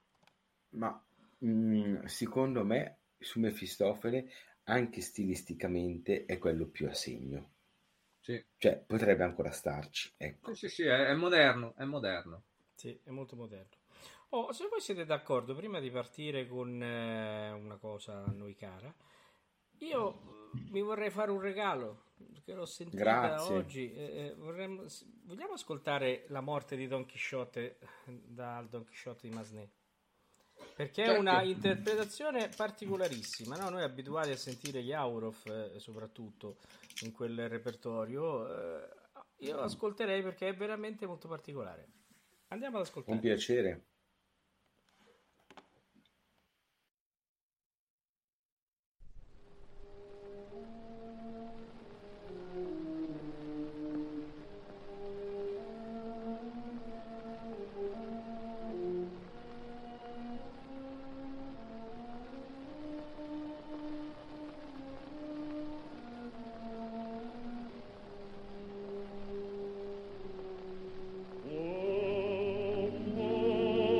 Ma secondo me su Mefistofele anche stilisticamente è quello più a segno. Sì. Cioè, potrebbe ancora starci, ecco. Sì, è moderno, è moderno. Sì, è molto moderno. Oh, se voi siete d'accordo, prima di partire con una cosa a noi cara, io mi vorrei fare un regalo, perché l'ho sentita Grazie. oggi. Vogliamo ascoltare La morte di Don Chisciotte dal Don Chisciotte di Massenet? Perché è una interpretazione particolarissima, no? Noi abituati a sentire gli Aurov, soprattutto in quel repertorio, io ascolterei perché è veramente molto particolare. Andiamo ad ascoltare. Un piacere. Oh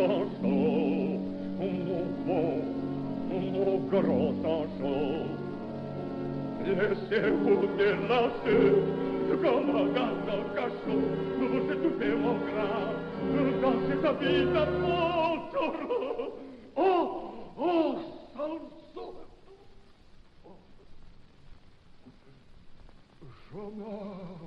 gros enjeu. Laissez-vous délasser comme un gars dans le cachot. Vous étouffez mon grave dans cette vie d'amour. Oh, oh, Sanso. Je meurs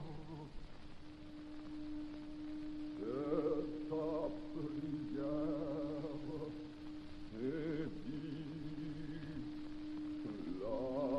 de ta prière et dis la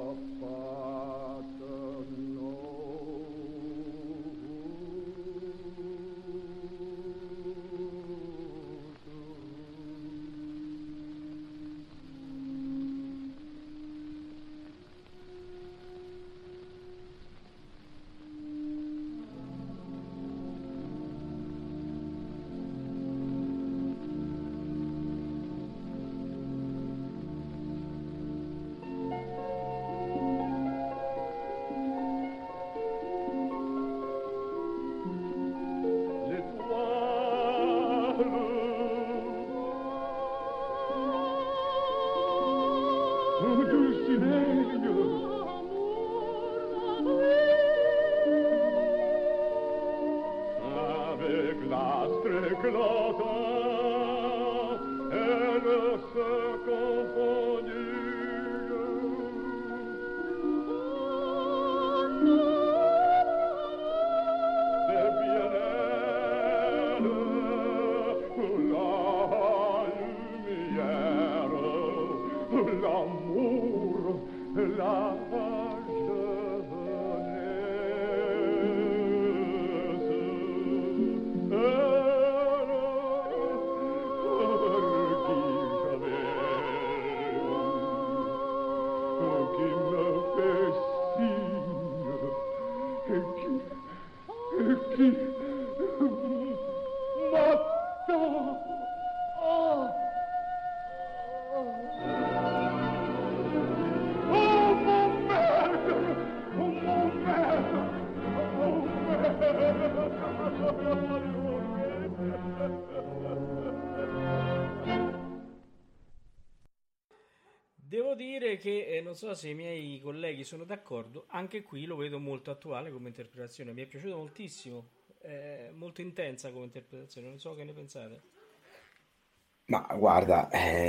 Devo dire che non so se i miei colleghi sono d'accordo, anche qui lo vedo molto attuale come interpretazione, mi è piaciuto moltissimo, molto intensa come interpretazione, non so che ne pensate. Ma guarda,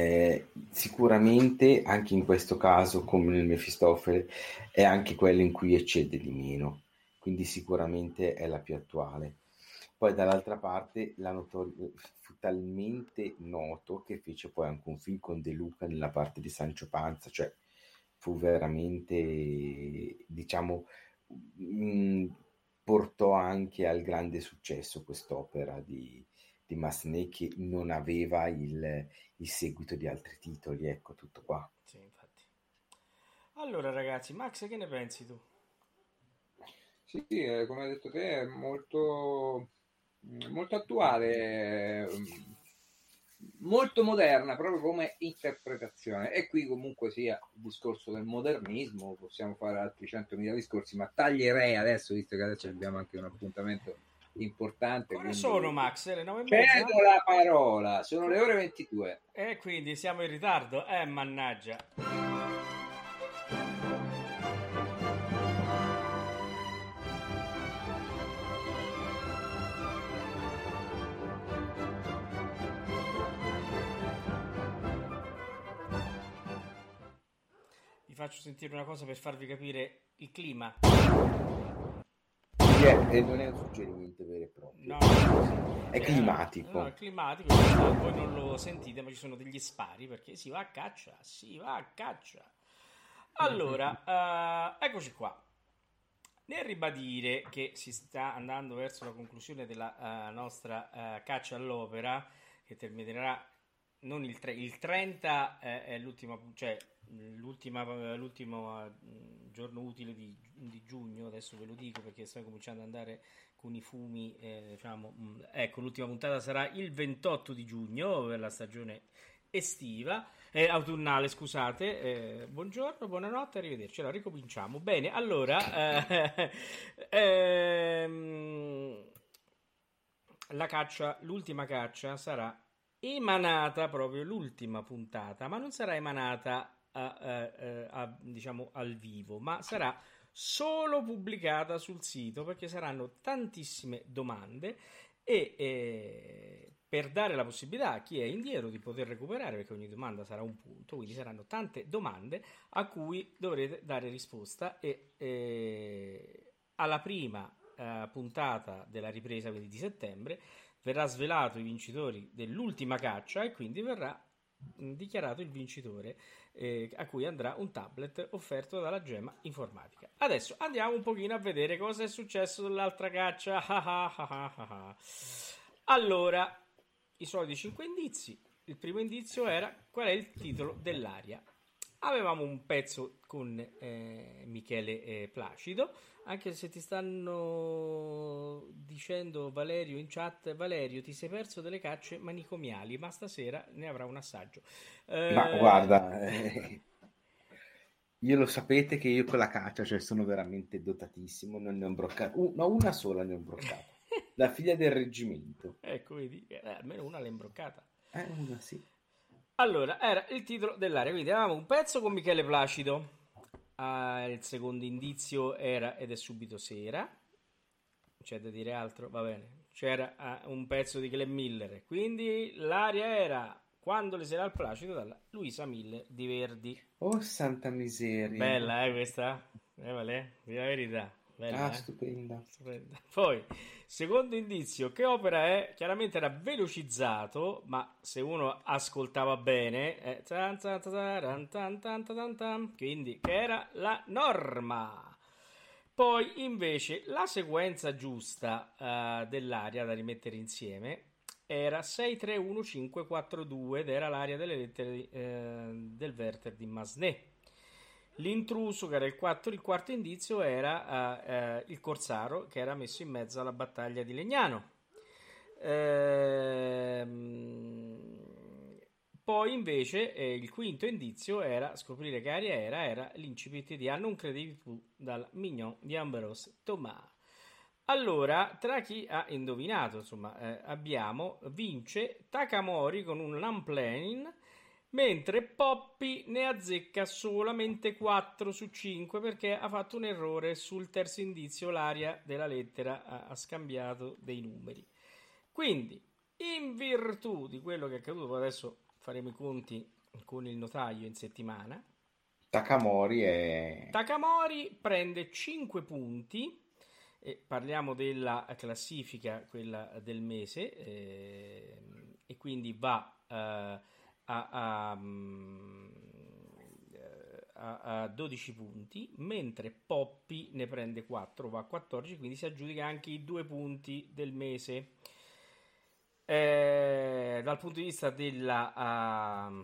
sicuramente anche in questo caso, come nel Mefistofele, è anche quello in cui eccede di meno, quindi sicuramente è la più attuale. Poi dall'altra parte fu talmente noto che fece poi anche un film con De Luca nella parte di Sancho Panza, cioè fu veramente, diciamo, portò anche al grande successo quest'opera di Massenet, che non aveva il seguito di altri titoli, ecco, tutto qua. Sì, infatti. Allora ragazzi, Max, che ne pensi tu? Sì, come hai detto te, è molto attuale, molto moderna proprio come interpretazione. E qui comunque sia il discorso del modernismo, possiamo fare altri 100.000 discorsi, ma taglierei adesso, visto che adesso abbiamo anche un appuntamento importante. Come quindi... sono, Max? Le 9:30? Cedo la parola, sono le ore 22. E quindi siamo in ritardo? Mannaggia. Vi faccio sentire una cosa per farvi capire il clima. E non è un suggerimento vero e proprio, No, è climatico. No, è climatico, voi non lo sentite, ma ci sono degli spari perché si va a caccia, Allora, eccoci qua. Nel ribadire che si sta andando verso la conclusione della nostra caccia all'opera, che terminerà non il 30 è l'ultima, cioè l'ultimo giorno utile di giugno, adesso ve lo dico perché sto cominciando ad andare con i fumi, ecco, l'ultima puntata sarà il 28 di giugno per la stagione estiva, autunnale, scusate. Buongiorno, buonanotte, arrivederci. Allora ricominciamo. Bene, allora la caccia, l'ultima caccia sarà emanata proprio l'ultima puntata, ma non sarà emanata diciamo al vivo, ma sarà solo pubblicata sul sito, perché saranno tantissime domande e per dare la possibilità a chi è indietro di poter recuperare, perché ogni domanda sarà un punto, quindi saranno tante domande a cui dovrete dare risposta e alla prima puntata della ripresa, quindi di settembre, verrà svelato i vincitori dell'ultima caccia e quindi verrà dichiarato il vincitore a cui andrà un tablet offerto dalla Gemma Informatica. Adesso andiamo un pochino a vedere cosa è successo sull'altra caccia. Allora, i soliti 5 indizi. Il primo indizio era qual è il titolo dell'aria. Avevamo un pezzo con Michele Placido, anche se ti stanno dicendo Valerio in chat: Valerio, ti sei perso delle cacce manicomiali, ma stasera ne avrà un assaggio. Ma guarda, io lo sapete che io con la caccia, cioè, sono veramente dotatissimo, non ne ho imbroccato, no, una sola ne ho imbroccata, la figlia del reggimento. Ecco, vedi, almeno una l'ha imbroccata. Una sì. Allora, era il titolo dell'aria, quindi avevamo un pezzo con Michele Placido. Il secondo indizio era Ed è subito sera. C'è da dire altro? Va bene. C'era un pezzo di Glenn Miller, quindi l'aria era Quando le sera al Placido, dalla Luisa Miller di Verdi. Oh, santa miseria. Bella, questa? Vale? Di la verità. Bella, stupenda. Poi, secondo indizio, che opera è? Chiaramente era velocizzato, ma se uno ascoltava bene, quindi che era la Norma. Poi, invece, la sequenza giusta dell'aria da rimettere insieme era 6-3-1-5-4-2 ed era l'aria delle lettere del Werther di Massenet. L'intruso, che era il quarto indizio, era il corsaro, che era messo in mezzo alla battaglia di Legnano. Poi invece il quinto indizio era scoprire che aria era l'incipit di A non credevi più dal Mignon di Ambroise Thomas. Allora, tra chi ha indovinato, insomma, vince Takamori con un Lamplanin, mentre Poppy ne azzecca solamente 4 su 5 perché ha fatto un errore sul terzo indizio, l'aria della lettera ha scambiato dei numeri. Quindi, in virtù di quello che è accaduto, adesso faremo i conti con il notaio in settimana. Takamori prende 5 punti. E parliamo della classifica, quella del mese, e quindi va a 12 punti, mentre Poppy ne prende 4, va a 14, quindi si aggiudica anche i 2 punti del mese. Dal punto di vista della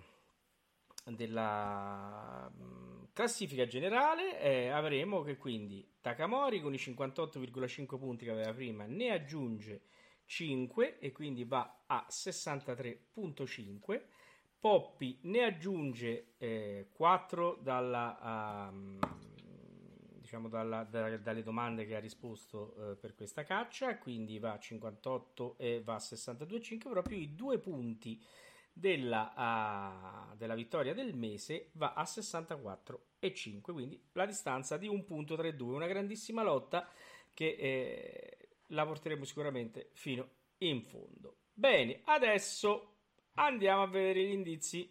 classifica generale, avremo che quindi Takamori con i 58,5 punti che aveva prima ne aggiunge 5 e quindi va a 63,5. Poppy ne aggiunge 4 dalle domande che ha risposto per questa caccia, quindi va a 58 e va a 62,5, proprio i 2 punti della vittoria del mese va a 64,5, quindi la distanza di un punto tra i due, una grandissima lotta che la porteremo sicuramente fino in fondo. Bene, adesso andiamo a vedere gli indizi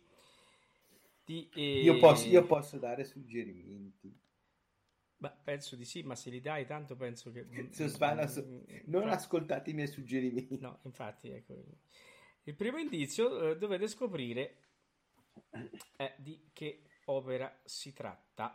io posso dare suggerimenti. Beh, penso di sì, ma se li dai tanto penso che non ascoltate i miei suggerimenti. No, infatti, ecco. Il primo indizio dovete scoprire di che opera si tratta.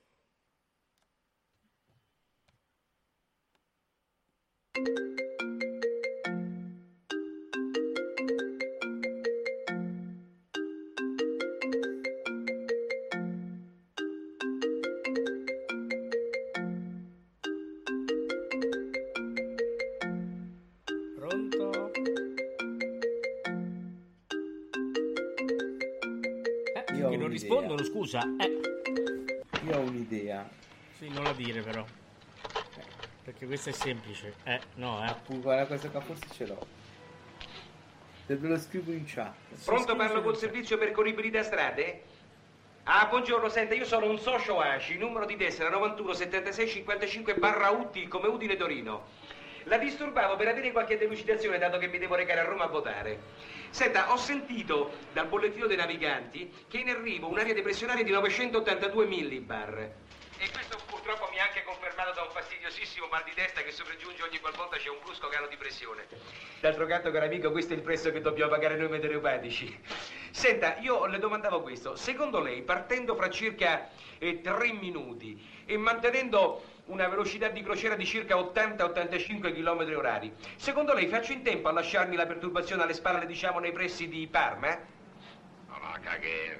Pronto? Che non rispondono, scusa. Io ho un'idea. Sì, non la dire però. Perché questa è semplice. No. Guarda, questa qua forse ce l'ho. Te lo scrivo in chat. Pronto, parlo col servizio percorribilità strade? Ah, buongiorno, senta, io sono un socio ACI, numero di tessera 91 76 55 /UT, come Udine Torino. La disturbavo per avere qualche delucidazione, dato che mi devo recare a Roma a votare. Senta, ho sentito dal bollettino dei naviganti che è in arrivo un'area depressionaria di 982 millibar. E questo purtroppo mi ha anche confermato da un fastidiosissimo mal di testa che sopraggiunge ogni qualvolta c'è un brusco calo di pressione. D'altro canto, caro amico, questo è il prezzo che dobbiamo pagare noi meteoropatici. Senta, io le domandavo questo. Secondo lei, partendo fra circa 3 minuti e mantenendo una velocità di crociera di circa 80-85 km orari, secondo lei faccio in tempo a lasciarmi la perturbazione alle spalle, diciamo, nei pressi di Parma? No, caghe.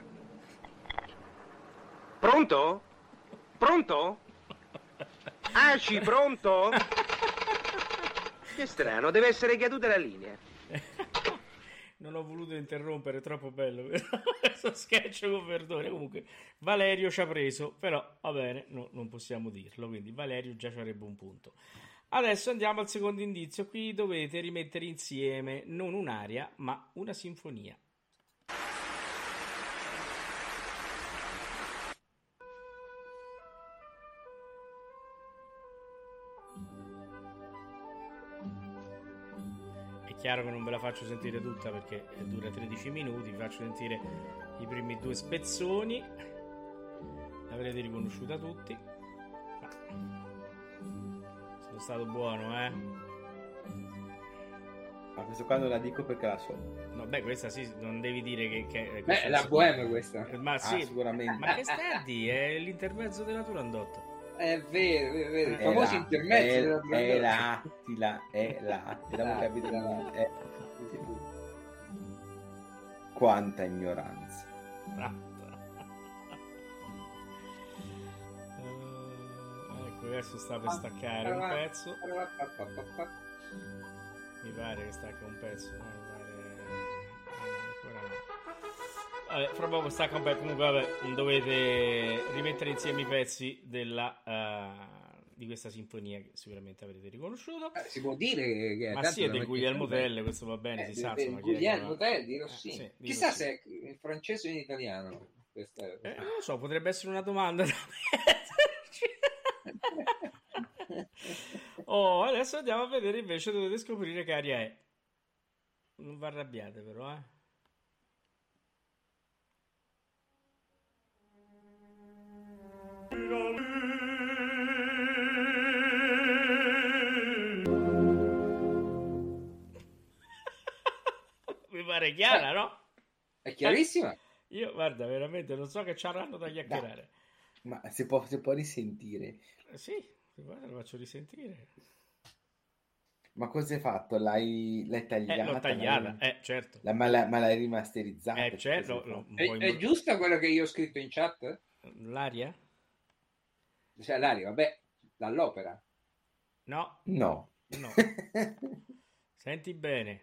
Pronto? Pronto? Aci, pronto? Che strano, deve essere caduta la linea. Non ho voluto interrompere, è troppo bello questo sketch con Verdone. Comunque Valerio ci ha preso, però va bene, non possiamo dirlo, quindi Valerio già ci avrebbe un punto. Adesso andiamo al secondo indizio. Qui dovete rimettere insieme non un'aria ma una sinfonia. Chiaro che non ve la faccio sentire tutta perché dura 13 minuti, vi faccio sentire i primi 2 spezzoni, l'avrete riconosciuta tutti. Sono stato buono, Ma questo qua non la dico perché la so. No, beh, questa sì, non devi dire che Beh, la Bohème questa. Ma sì, sicuramente. ma che stai? È l'intermezzo della Turandot. È vero, i famosi intermezzi della è l'Attila, non capito niente. Quanta ignoranza. Ecco, adesso sta per staccare un pezzo. Mi pare che stacca un pezzo. Ancora no. Vabbè, fra poco stacca un pezzo. Comunque, vabbè, dovete rimettere insieme i pezzi di questa sinfonia che sicuramente avrete riconosciuto. Si può dire che ma sì, è del Guglielmo Tell, questo va bene, si sa. Guglielmo Tell di Rossini. Sì, chissà se è in francese o in italiano. Non lo so, potrebbe essere una domanda da metterci. Adesso andiamo a vedere invece, dovete scoprire che aria è. Non vi arrabbiate però, Mi pare chiara, no? È chiarissima. Io, guarda, veramente non so che c'erano da chiacchierare. Ma si può risentire? Sì, guarda, lo faccio risentire. Ma cosa hai fatto? L'hai tagliata? L'ho tagliata, certo. Ma l'hai rimasterizzata? Certo. È giusta quello che io ho scritto in chat? L'aria? Cioè l'aria, vabbè, dall'opera. No. Senti bene.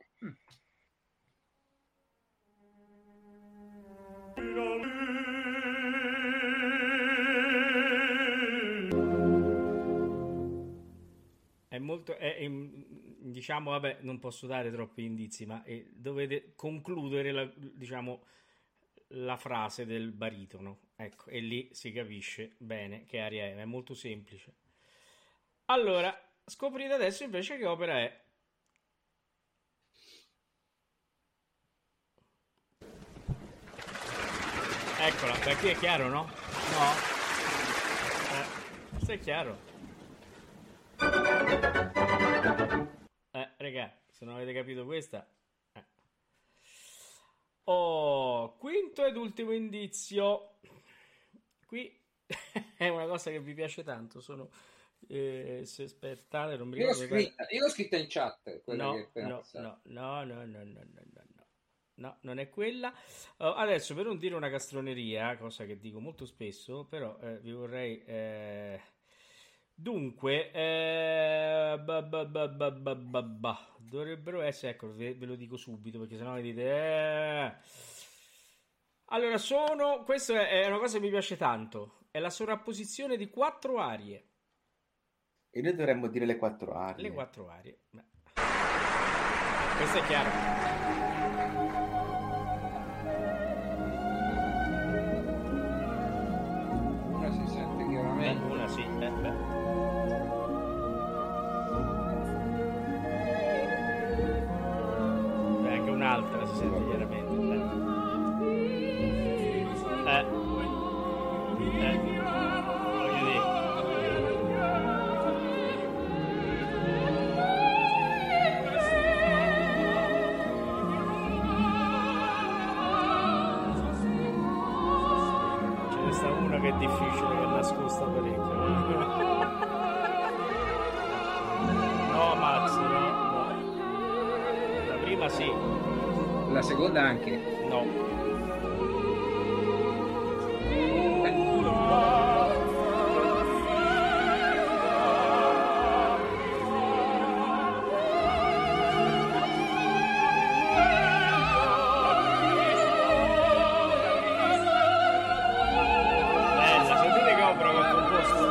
È molto, diciamo, vabbè, non posso dare troppi indizi, ma dovete concludere la frase del baritono, ecco, e lì si capisce bene che aria è molto semplice. Allora, scoprite adesso invece che opera è. Eccola, da qui è chiaro, no? No? Questo è chiaro. Raga, se non avete capito questa. Quinto ed ultimo indizio. Qui è una cosa che vi piace tanto. Sono se aspettate, non mi ricordo. Io l'ho scritta in chat. No, non è quella. Adesso, per non dire una castroneria, cosa che dico molto spesso, però vi vorrei dunque dovrebbero essere, ecco, ve lo dico subito perché sennò mi dite allora questa è una cosa che mi piace tanto, è la sovrapposizione di 4 arie. E noi dovremmo dire le 4 arie. Le 4 arie. Questo è chiaro. un'altra, si sente chiaramente. Voglio dire. Ce ne sta una che è difficile, che è nascosta parecchio. No, Max, no. La prima sì. La seconda anche. No. Bella, sentite che opera che ho composto.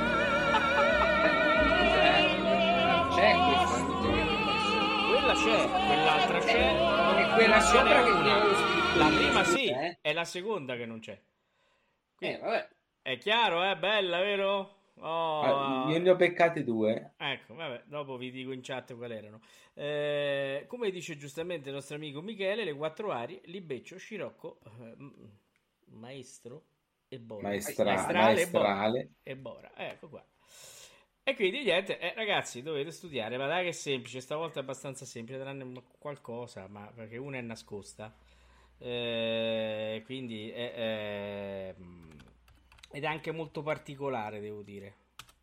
C'è questa. Quella c'è, quell'altra c'è. E quella Ce n'è sopra che una. avevo scritto La io, prima sì, eh? è la seconda che non c'è. Quindi, Vabbè. è chiaro, bella, vero? Oh, Io ne ho beccate 2. ecco, vabbè, dopo vi dico in chat quali erano. Come dice giustamente il nostro amico Michele, le 4 arie, Libeccio, Scirocco, Maestro e Bora. Maestrale. E Bora. Ecco qua. E quindi niente, ragazzi, dovete studiare, ma dai che è semplice, stavolta è abbastanza semplice, tranne qualcosa, ma perché una è nascosta. Quindi ed è anche molto particolare, devo dire.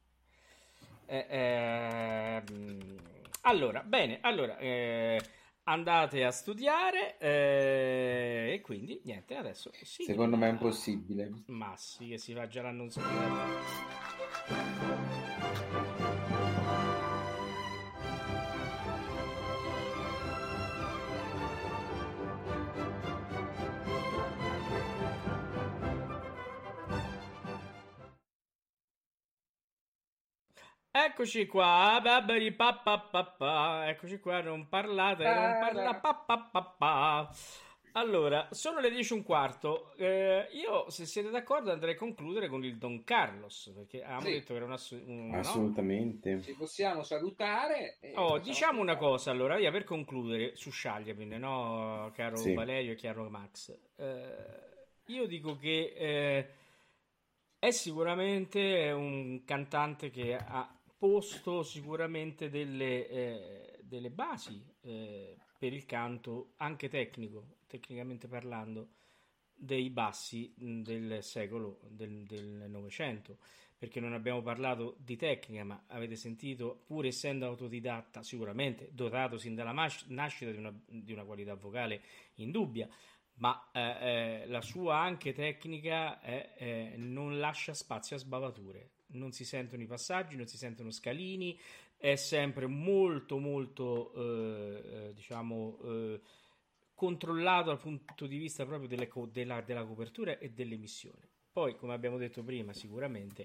Allora, bene, andate a studiare e quindi niente, adesso sì. Secondo me è impossibile. Ma sì, che si fa già l'annuncio. Eccoci qua, eccoci qua, non parlate, non parla. Allora, sono le 10:15. Io, se siete d'accordo, andrei a concludere con il Don Carlos, perché avevamo Sì. detto che era no? Assolutamente. Ci possiamo salutare. E Diciamo una cosa, allora, io per concludere su Sciagliapin, no, caro Sì. Valerio e caro Max. Io dico che è sicuramente un cantante che ha posto sicuramente delle basi per il canto anche tecnicamente parlando, dei bassi del secolo del Novecento, perché non abbiamo parlato di tecnica, ma avete sentito, pur essendo autodidatta, sicuramente dotato sin dalla nascita di una qualità vocale indubbia, ma la sua anche tecnica non lascia spazio a sbavature, non si sentono i passaggi, non si sentono scalini, è sempre molto molto controllato dal punto di vista proprio della copertura e dell'emissione. Poi, come abbiamo detto prima, sicuramente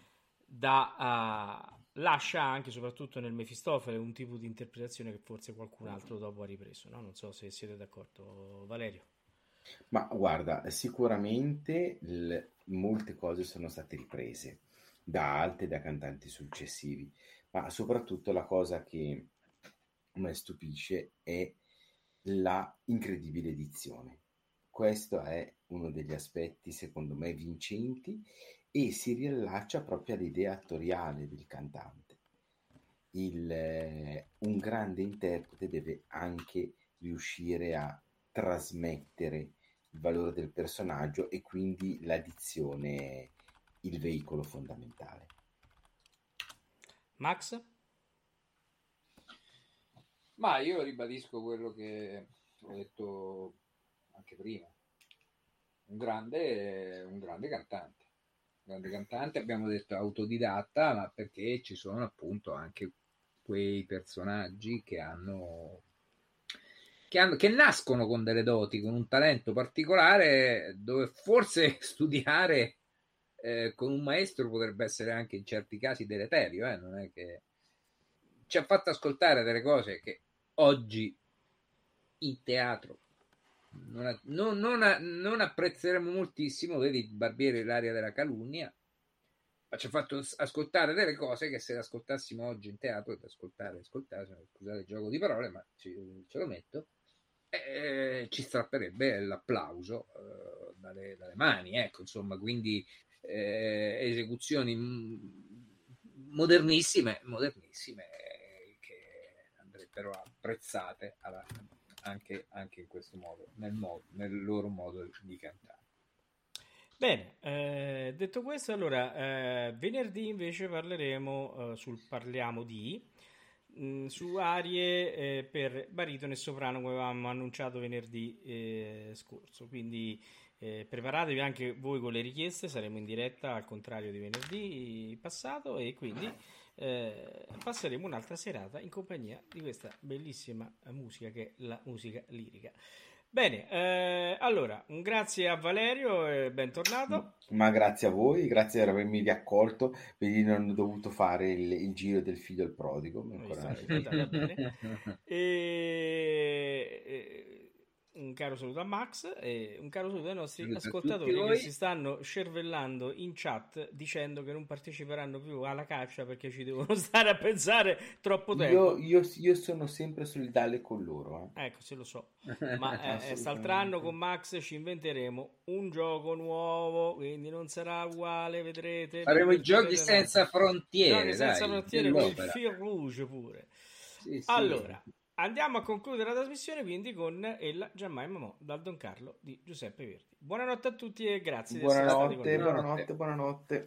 lascia anche, soprattutto nel Mefistofele, un tipo di interpretazione che forse qualcun altro dopo ha ripreso, no? Non so se siete d'accordo, Valerio. Ma guarda, sicuramente molte cose sono state riprese da altri, da cantanti successivi, ma soprattutto la cosa che mi stupisce è la incredibile edizione. Questo è uno degli aspetti, secondo me, vincenti e si riallaccia proprio all'idea attoriale del cantante. Un grande interprete deve anche riuscire a trasmettere il valore del personaggio e quindi la dizione il veicolo fondamentale. Max? Ma io ribadisco quello che ho detto anche prima. Un grande cantante. Un grande cantante, abbiamo detto autodidatta, ma perché ci sono appunto anche quei personaggi che nascono con delle doti, con un talento particolare, dove forse studiare con un maestro potrebbe essere anche in certi casi deleterio, non è che ci ha fatto ascoltare delle cose che oggi in teatro non apprezzeremo moltissimo. Vedi Barbiere, l'aria della calunnia, ma ci ha fatto ascoltare delle cose che se le ascoltassimo oggi in teatro, scusate il gioco di parole, ma ce lo metto, ci strapperebbe l'applauso dalle mani, ecco, insomma, quindi esecuzioni modernissime che andrebbero apprezzate anche in questo modo, nel loro modo di cantare. Bene, detto questo, allora venerdì invece parleremo su arie per baritono e soprano, come avevamo annunciato venerdì scorso, quindi preparatevi anche voi con le richieste, saremo in diretta al contrario di venerdì passato, e quindi passeremo un'altra serata in compagnia di questa bellissima musica che è la musica lirica. Bene, allora un grazie a Valerio e bentornato. Ma grazie a voi, grazie per avermi riaccolto, vedi, non ho dovuto fare il giro del figlio al prodigo. Va bene. Un caro saluto a Max e un caro saluto ai nostri ascoltatori che si stanno cervellando in chat dicendo che non parteciperanno più alla caccia perché ci devono stare a pensare troppo tempo. Io sono sempre solidale con loro. Ecco, se lo so. Ma quest'altro anno con Max ci inventeremo un gioco nuovo, quindi non sarà uguale, vedrete. Faremo i giochi senza frontiere. Giochi senza frontiere con il fil rouge pure. Sì. Allora, andiamo a concludere la trasmissione quindi con Ella Giammai Mamò dal Don Carlo di Giuseppe Verdi. Buonanotte a tutti e grazie di essere stati con noi. Buonanotte.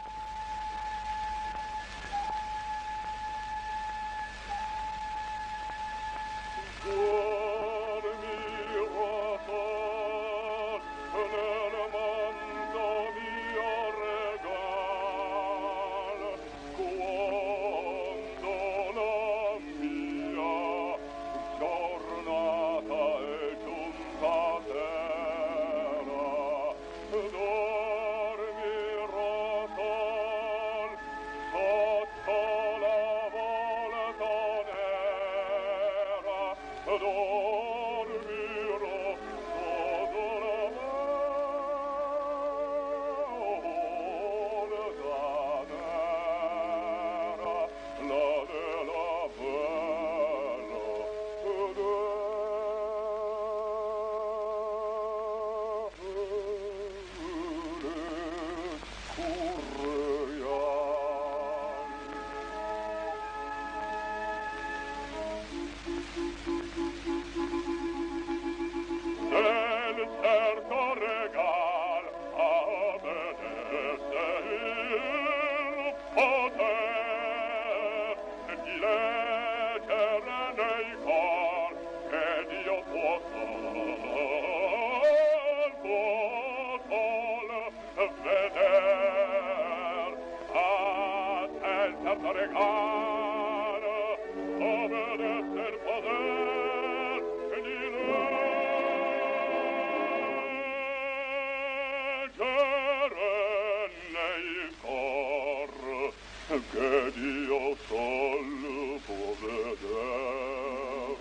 Che Dio sol può vedere.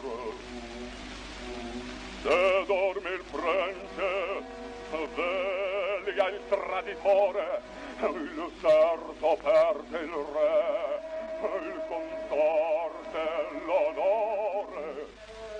Se dorme il prete, veglia il traditore, il serto perde il re, il consorte l'onore.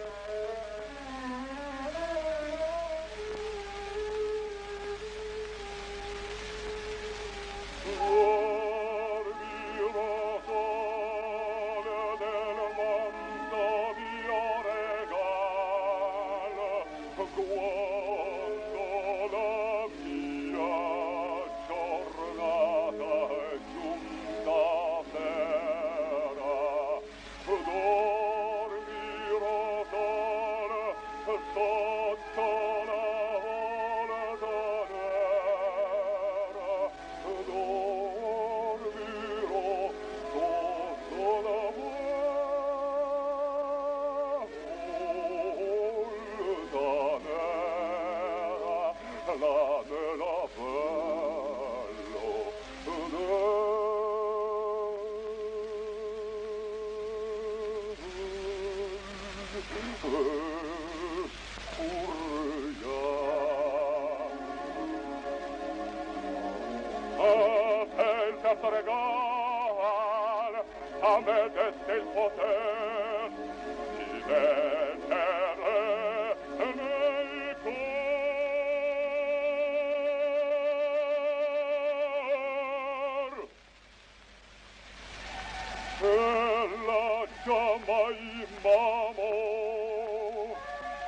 A me deste il poter di leggere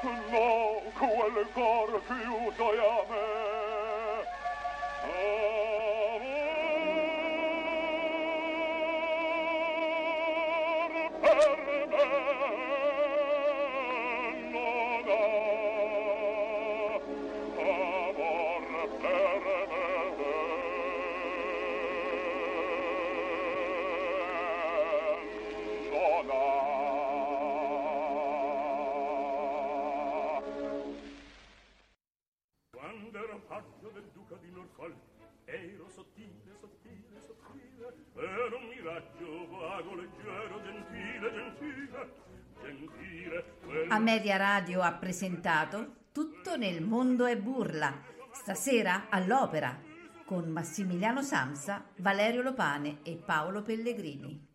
No, quel cor chiuso è a me. Amor per me non ha. Amor per me non ha. Quando ero paggio del duca di Norfolk, ero sottile, sottile, sottile, ero un miraggio vago, leggero, gentile, gentile, gentile. Ameria Radio ha presentato Tutto nel mondo è burla, stasera all'Opera, con Massimiliano Samsa, Valerio Lopane e Paolo Pellegrini.